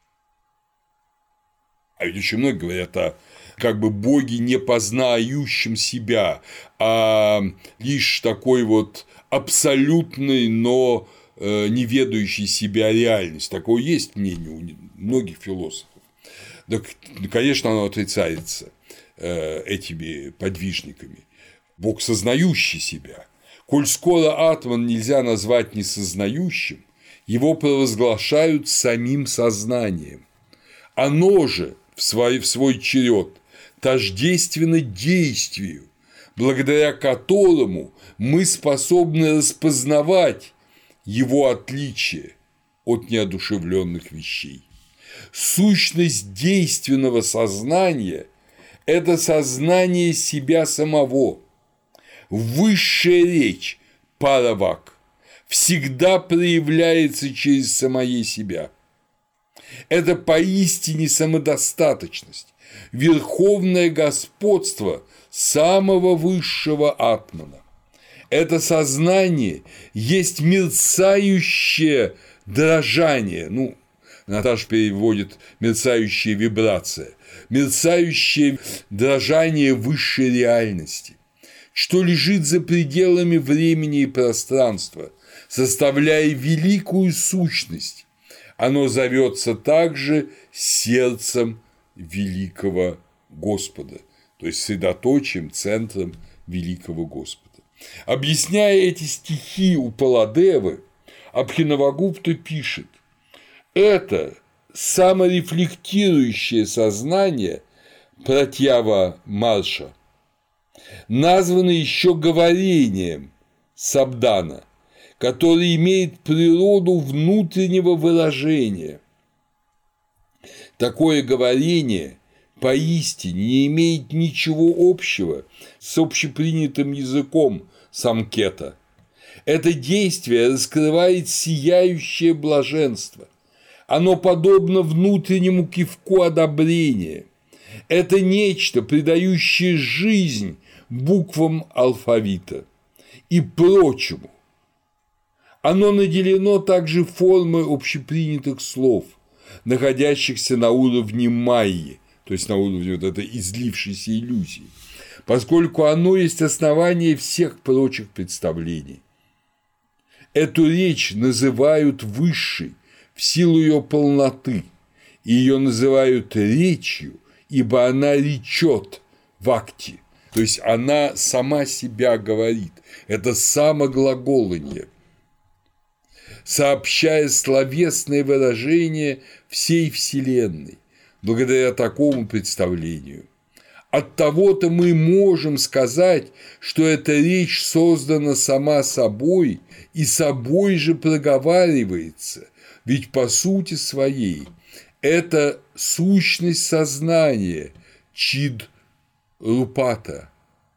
а ведь очень много говорят о как бы боге не познающим себя, а лишь такой вот абсолютной, но не ведающей себя реальность. Такое есть мнение у многих философов. Так, конечно, оно отрицается этими подвижниками. Бог, сознающий себя. Коль скоро атман нельзя назвать несознающим, его провозглашают самим сознанием. Оно же в свой, в свой черед тождественно действию, благодаря которому мы способны распознавать его отличие от неодушевленных вещей. Сущность действенного сознания – это сознание себя самого. Высшая речь, паравак, всегда проявляется через самое себя. Это поистине самодостаточность, верховное господство самого высшего атмана. Это сознание есть мерцающее дрожание, ну, Наташа переводит мерцающая вибрация, мерцающее дрожание высшей реальности, что лежит за пределами времени и пространства, составляя великую сущность. Оно зовется также сердцем великого Господа, то есть средоточием, центром великого Господа. Объясняя эти стихи Упаладевы, Абхинавагупта пишет: это саморефлектирующее сознание Пратьява Марша названо еще говорением Сабдана, который имеет природу внутреннего выражения. Такое говорение поистине не имеет ничего общего с общепринятым языком самкета. Это действие раскрывает сияющее блаженство. Оно подобно внутреннему кивку одобрения. Это нечто, придающее жизнь буквам алфавита и прочему. Оно наделено также формой общепринятых слов, находящихся на уровне майи, то есть на уровне вот этой излившейся иллюзии, поскольку оно есть основание всех прочих представлений. Эту речь называют высшей в силу ее полноты, и ее называют речью, ибо она речет в акте, то есть она сама себя говорит, это самоглаголание, сообщая словесное выражение всей Вселенной, благодаря такому представлению. Оттого-то мы можем сказать, что эта речь создана сама собой и собой же проговаривается, ведь по сути своей это сущность сознания чид-рупата,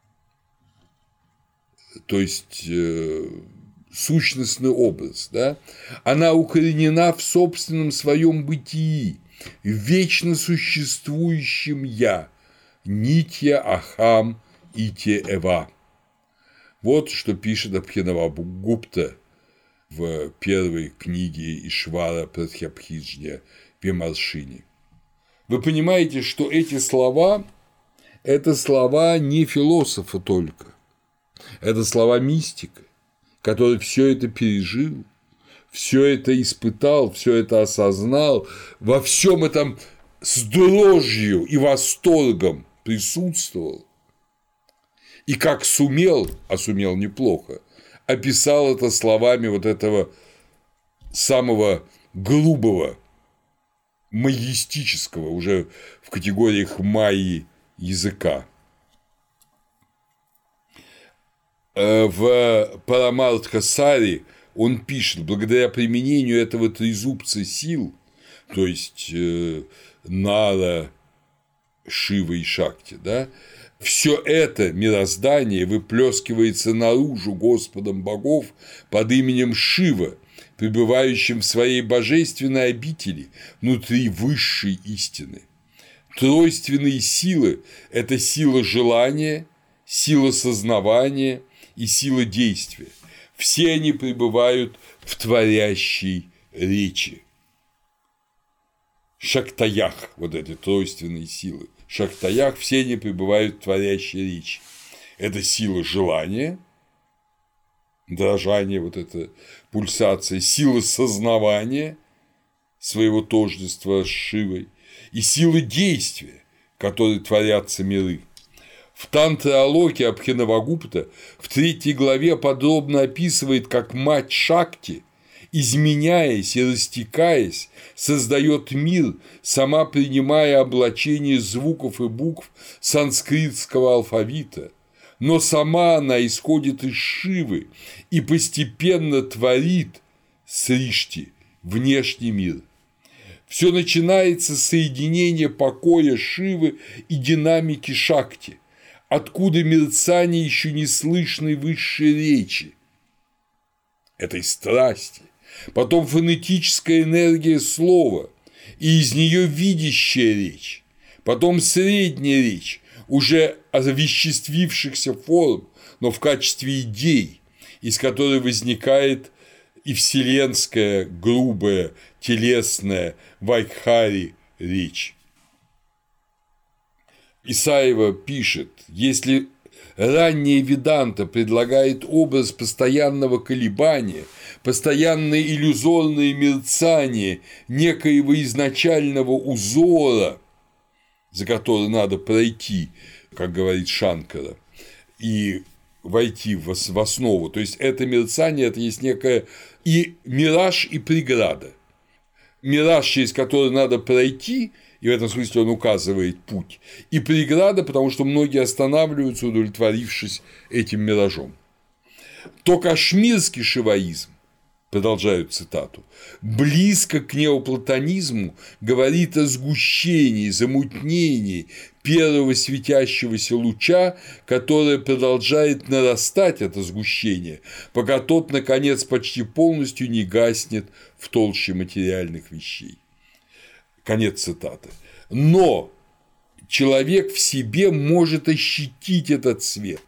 то есть э, сущностный образ, да? Она укоренена в собственном своем бытии, в вечно существующем «я», Нитья Ахам Ити Эва. Вот что пишет Абхинавагупта в первой книге Ишвара Пратхьябхиджня Вимаршини. Вы понимаете, что эти слова – это слова не философа только, это слова мистика, который все это пережил, все это испытал, все это осознал, во всем этом с дрожью и восторгом присутствовал, и как сумел, а сумел неплохо, описал это словами вот этого самого грубого майистического, уже в категориях майи языка. В Парамартха-саре он пишет: благодаря применению этого трезубца сил, то есть Нара, Шива и Шакти, да, все это мироздание выплескивается наружу Господом богов под именем Шива, пребывающим в своей божественной обители внутри высшей истины. Тройственные силы – это сила желания, сила сознавания и сила действия. Все они пребывают в творящей речи. Шактаях, вот эти тройственные силы, Шактаях, все они пребывают в творящей речи. Это сила желания, дрожание, вот эта пульсация, сила сознавания своего тождества с Шивой и сила действия, которой творятся миры. В Тантралоке Абхинавагупта в третьей главе подробно описывает, как мать Шакти, изменяясь и растекаясь, создает мир, сама принимая облачение звуков и букв санскритского алфавита. Но сама она исходит из Шивы и постепенно творит Сришти, внешний мир. Все начинается с соединения покоя Шивы и динамики Шакти, откуда мерцание еще не слышной высшей речи, этой страсти, потом фонетическая энергия слова, и из нее видящая речь, потом средняя речь, уже овеществившихся форм, но в качестве идей, из которой возникает и вселенская, грубая, телесная вайкхари речь. Исаева пишет: если ранняя веданта предлагает образ постоянного колебания, постоянное иллюзорное мерцание некоего изначального узора, за который надо пройти, как говорит Шанкара, и войти в основу, то есть это мерцание, это есть некое и мираж, и преграда. Мираж, через который надо пройти, и в этом смысле он указывает путь, и преграда, потому что многие останавливаются, удовлетворившись этим миражом. То кашмирский шиваизм, продолжаю цитату, близко к неоплатонизму говорит о сгущении, замутнении первого светящегося луча, которое продолжает нарастать, это сгущение, пока тот, наконец, почти полностью не гаснет в толще материальных вещей. Конец цитаты. Но человек в себе может ощутить этот свет.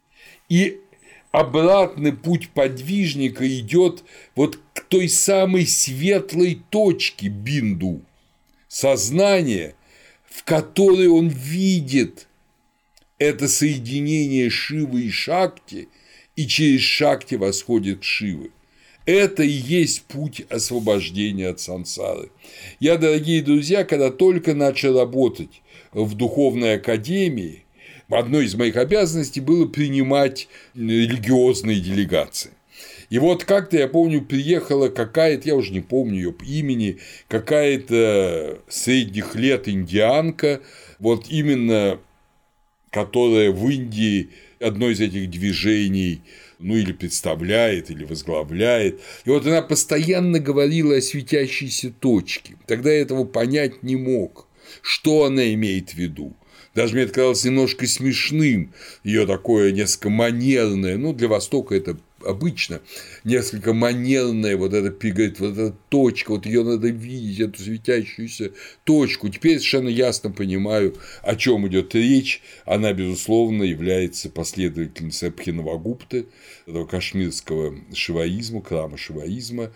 И обратный путь подвижника идет вот к той самой светлой точке бинду, сознания, в которой он видит это соединение Шивы и Шакти, и через Шакти восходит к Шиве. Это и есть путь освобождения от сансары. Я, дорогие друзья, когда только начал работать в духовной академии, одной из моих обязанностей было принимать религиозные делегации. И вот как-то, я помню, приехала какая-то, я уже не помню ее имени, какая-то средних лет индианка, вот именно которая в Индии одно из этих движений, ну, или представляет, или возглавляет. И вот она постоянно говорила о светящейся точке. Тогда я этого понять не мог, что она имеет в виду. Даже мне это казалось немножко смешным, ее такое несколько манерное, ну, для Востока это обычно, несколько манерное, вот это, говорит, вот эта точка, вот ее надо видеть, эту светящуюся точку. Теперь совершенно ясно понимаю, о чем идет речь. Она, безусловно, является последовательницей Абхинавагупты, этого кашмирского шиваизма, крама шиваизма.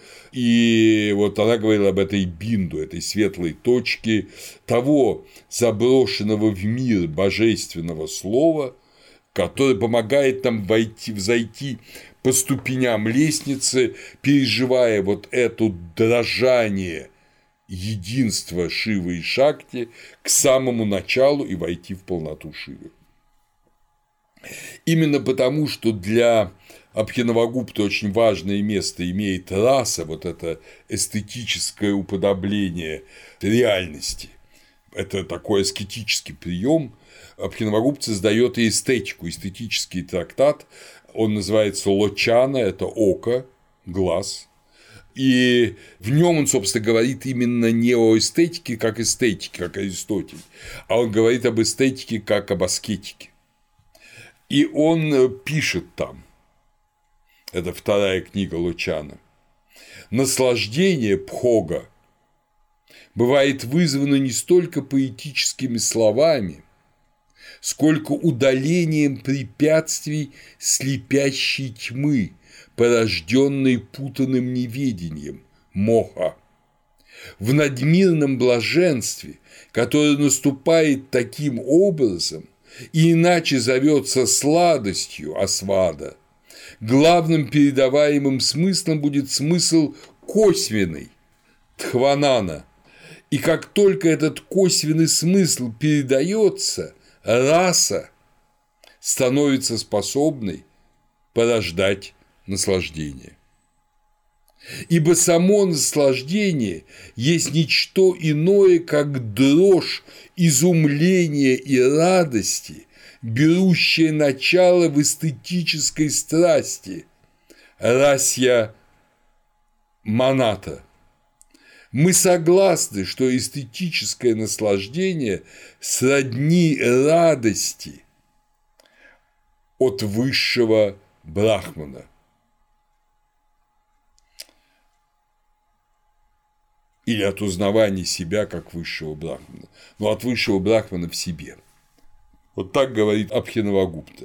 И вот она говорила об этой бинду, этой светлой точке того заброшенного в мир божественного слова, который помогает нам войти, взойти по ступеням лестницы, переживая вот это дрожание единства Шивы и Шакти к самому началу и войти в полноту Шивы. Именно потому, что для Абхинавагупты очень важное место имеет раса, вот это эстетическое уподобление реальности. Это такой аскетический прием. Абхинавагупта создает и эстетику, эстетический трактат. Он называется Лочана, это око, глаз. И в нем он, собственно, говорит именно не о эстетике как эстетике, как Аристотель, а он говорит об эстетике как об аскетике. И он пишет там, это вторая книга Лочана, наслаждение бхога бывает вызвано не столько поэтическими словами, сколько удалением препятствий слепящей тьмы, порожденной путанным неведением, моха. В надмирном блаженстве, которое наступает таким образом и иначе зовется сладостью асвада, главным передаваемым смыслом будет смысл косвенный тхванана, и как только этот косвенный смысл передается, раса становится способной порождать наслаждение. Ибо само наслаждение есть ничто иное, как дрожь изумления и радости, берущая начало в эстетической страсти, расья маната. Мы согласны, что эстетическое наслаждение сродни радости от высшего брахмана. Или от узнавания себя как высшего брахмана, но от высшего брахмана в себе. Вот так говорит Абхинавагупта.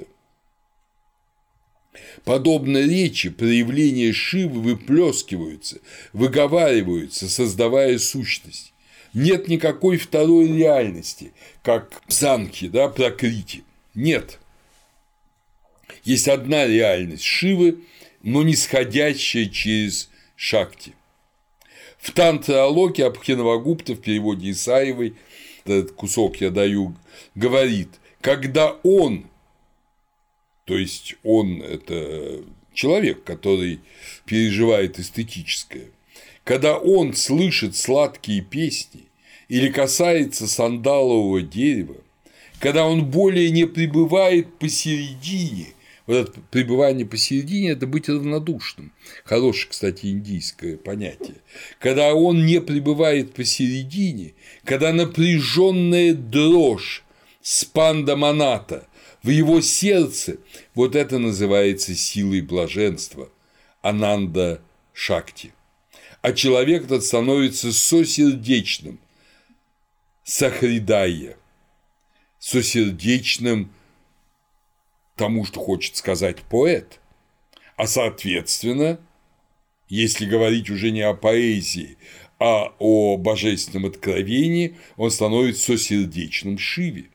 Подобно речи, проявления Шивы выплескиваются, выговариваются, создавая сущность. Нет никакой второй реальности, как в Санхе, да, Пракрити. Нет. Есть одна реальность Шивы, но нисходящая через Шакти. В Тантра-алоке Абхинавагупта в переводе Исаевой, этот кусок я даю, говорит, когда он, то есть он – это человек, который переживает эстетическое, когда он слышит сладкие песни или касается сандалового дерева, когда он более не пребывает посередине, вот это пребывание посередине – это быть равнодушным. Хорошее, кстати, индийское понятие. Когда он не пребывает посередине, когда напряженная дрожь спанда маната в его сердце, вот это называется силой блаженства, ананда шакти. А человек этот становится сосердечным, сахридайя, сосердечным тому, что хочет сказать поэт. А соответственно, если говорить уже не о поэзии, а о божественном откровении, он становится сосердечным Шиве.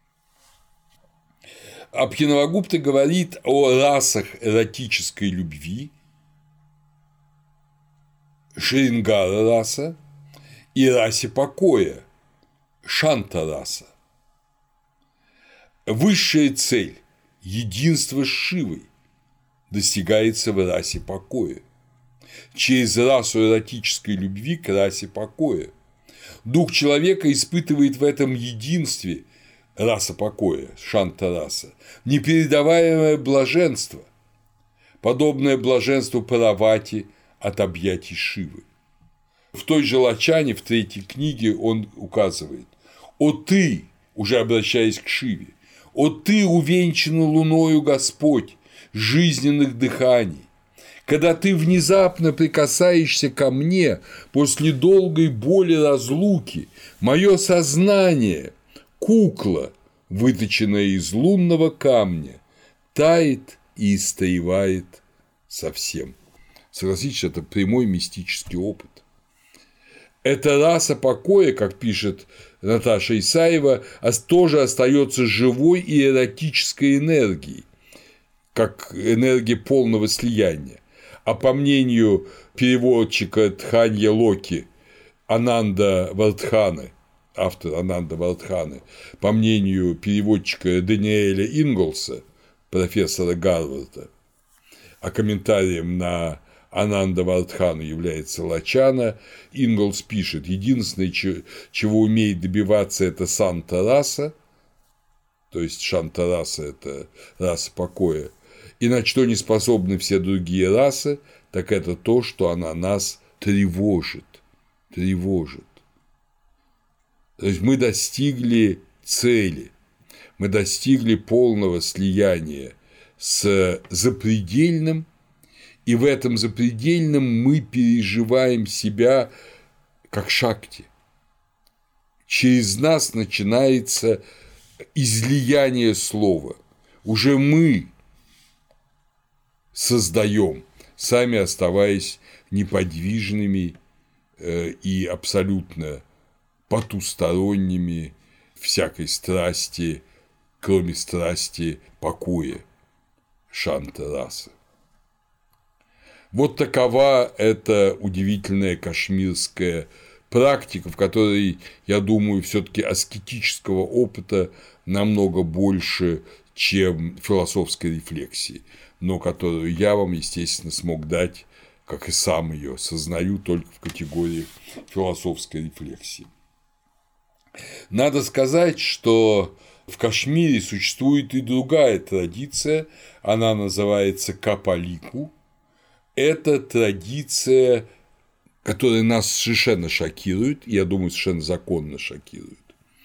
Абхинавагупта говорит о расах эротической любви, Шрингара раса и расе покоя, Шанта раса. Высшая цель – единство с Шивой достигается в расе покоя, через расу эротической любви к расе покоя. Дух человека испытывает в этом единстве, раса покоя, шанта-раса, непередаваемое блаженство, подобное блаженству Паравати от объятий Шивы. В той же Лочане, в третьей книге, он указывает: «О ты, уже обращаясь к Шиве, о ты, увенчанный луною Господь жизненных дыханий, когда ты внезапно прикасаешься ко мне после долгой боли разлуки, мое сознание, кукла, выточенная из лунного камня, тает и истаивает совсем». Согласитесь, это прямой мистический опыт. Эта раса покоя, как пишет Наташа Исаева, тоже остается живой и эротической энергией, как энергия полного слияния. А по мнению переводчика Тханья Локи Ананда Вардханы, автор Ананда Вардханы, по мнению переводчика Даниэля Инголса, профессора Гарварда, а комментарием на Ананда Вардхану является Лачана, Инголс пишет: единственное, чего умеет добиваться, это санта-раса, то есть шанта-раса – это раса покоя, и на что не способны все другие расы, так это то, что она нас тревожит, тревожит. То есть мы достигли цели, мы достигли полного слияния с запредельным, и в этом запредельном мы переживаем себя как Шакти. Через нас начинается излияние слова. Уже мы создаем, сами оставаясь неподвижными и абсолютно потусторонними всякой страсти, кроме страсти покоя, шанта-раса. Вот такова эта удивительная кашмирская практика, в которой, я думаю, все-таки аскетического опыта намного больше, чем философской рефлексии, но которую я вам, естественно, смог дать, как и сам ее сознаю, только в категории философской рефлексии. Надо сказать, что в Кашмире существует и другая традиция, она называется капалику. Это традиция, которая нас совершенно шокирует, я думаю, совершенно законно шокирует.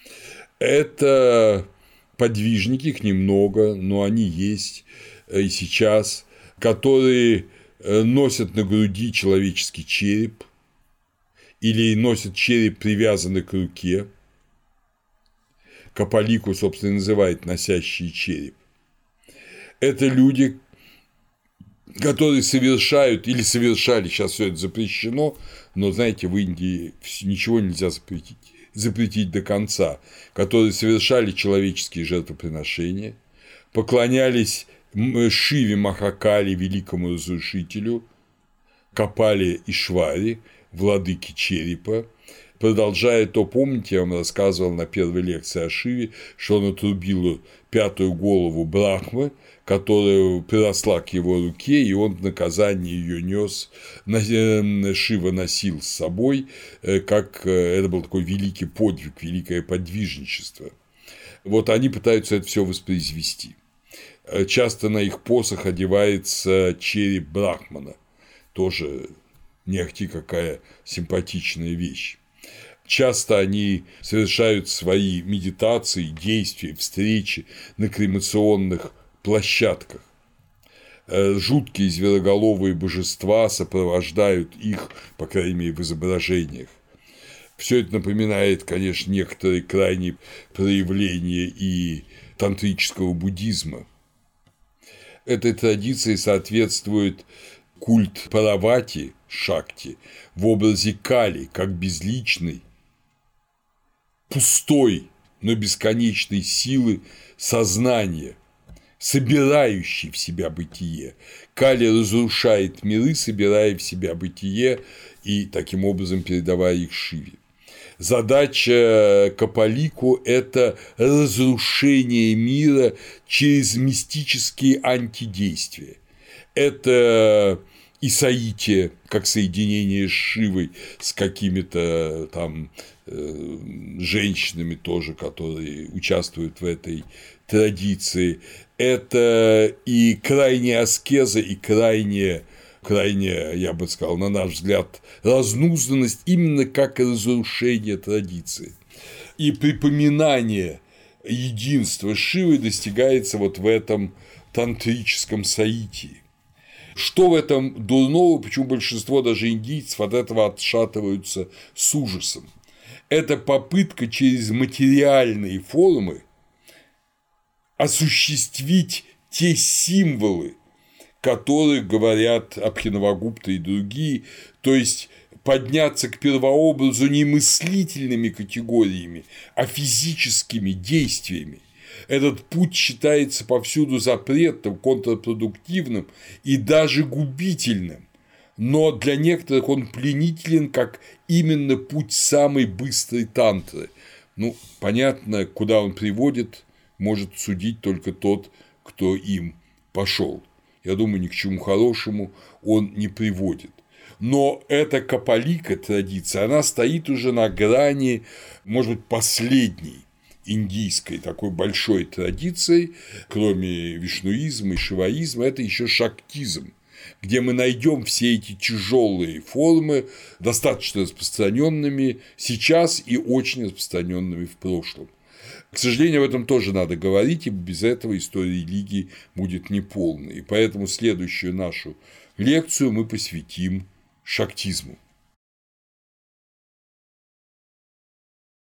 Это подвижники, их немного, но они есть и сейчас, которые носят на груди человеческий череп или носят череп, привязанный к руке. Капалику, собственно, называют носящий череп. Это люди, которые совершают или совершали, сейчас все это запрещено, но, знаете, в Индии ничего нельзя запретить, запретить до конца, которые совершали человеческие жертвоприношения, поклонялись Шиве Махакали, великому разрушителю, Капали Ишвари, владыке черепа, продолжая то, помните, я вам рассказывал на первой лекции о Шиве, что он отрубил пятую голову Брахмы, которая приросла к его руке, и он в наказание ее нес, Шива носил с собой, как это был такой великий подвиг, великое подвижничество. Вот они пытаются это все воспроизвести. Часто на их посох одевается череп Брахмана, тоже не ахти какая симпатичная вещь. Часто они совершают свои медитации, действия, встречи на кремационных площадках. Жуткие звероголовые божества сопровождают их, по крайней мере, в изображениях. Все это напоминает, конечно, некоторые крайние проявления и тантрического буддизма. Этой традиции соответствует культ Паравати, Шакти, в образе Кали, как безличной, пустой, но бесконечной силы сознания, собирающей в себя бытие. Кали разрушает миры, собирая в себя бытие и таким образом передавая их Шиве. Задача Капалику – это разрушение мира через мистические антидействия. Это и соитие, как соединение с Шивой, с какими-то там э, женщинами тоже, которые участвуют в этой традиции. Это и крайняя аскеза, и крайняя, крайняя, я бы сказал, на наш взгляд, разнузданность, именно как разрушение традиции. И припоминание единства Шивы достигается вот в этом тантрическом соитии. Что в этом дурного, почему большинство даже индийцев от этого отшатываются с ужасом? Это попытка через материальные формы осуществить те символы, которые говорят Абхинавагупта и другие, то есть подняться к первообразу не мыслительными категориями, а физическими действиями. Этот путь считается повсюду запретным, контрпродуктивным и даже губительным, но для некоторых он пленителен как именно путь самой быстрой тантры. Ну, понятно, куда он приводит, может судить только тот, кто им пошел. Я думаю, ни к чему хорошему он не приводит. Но эта капалика традиция, она стоит уже на грани, может быть, последней индийской такой большой традиции, кроме вишнуизма и шиваизма, это еще шактизм, где мы найдем все эти тяжелые формы, достаточно распространенными сейчас и очень распространенными в прошлом. К сожалению, об этом тоже надо говорить, ибо без этого история религии будет неполной. И поэтому следующую нашу лекцию мы посвятим шактизму.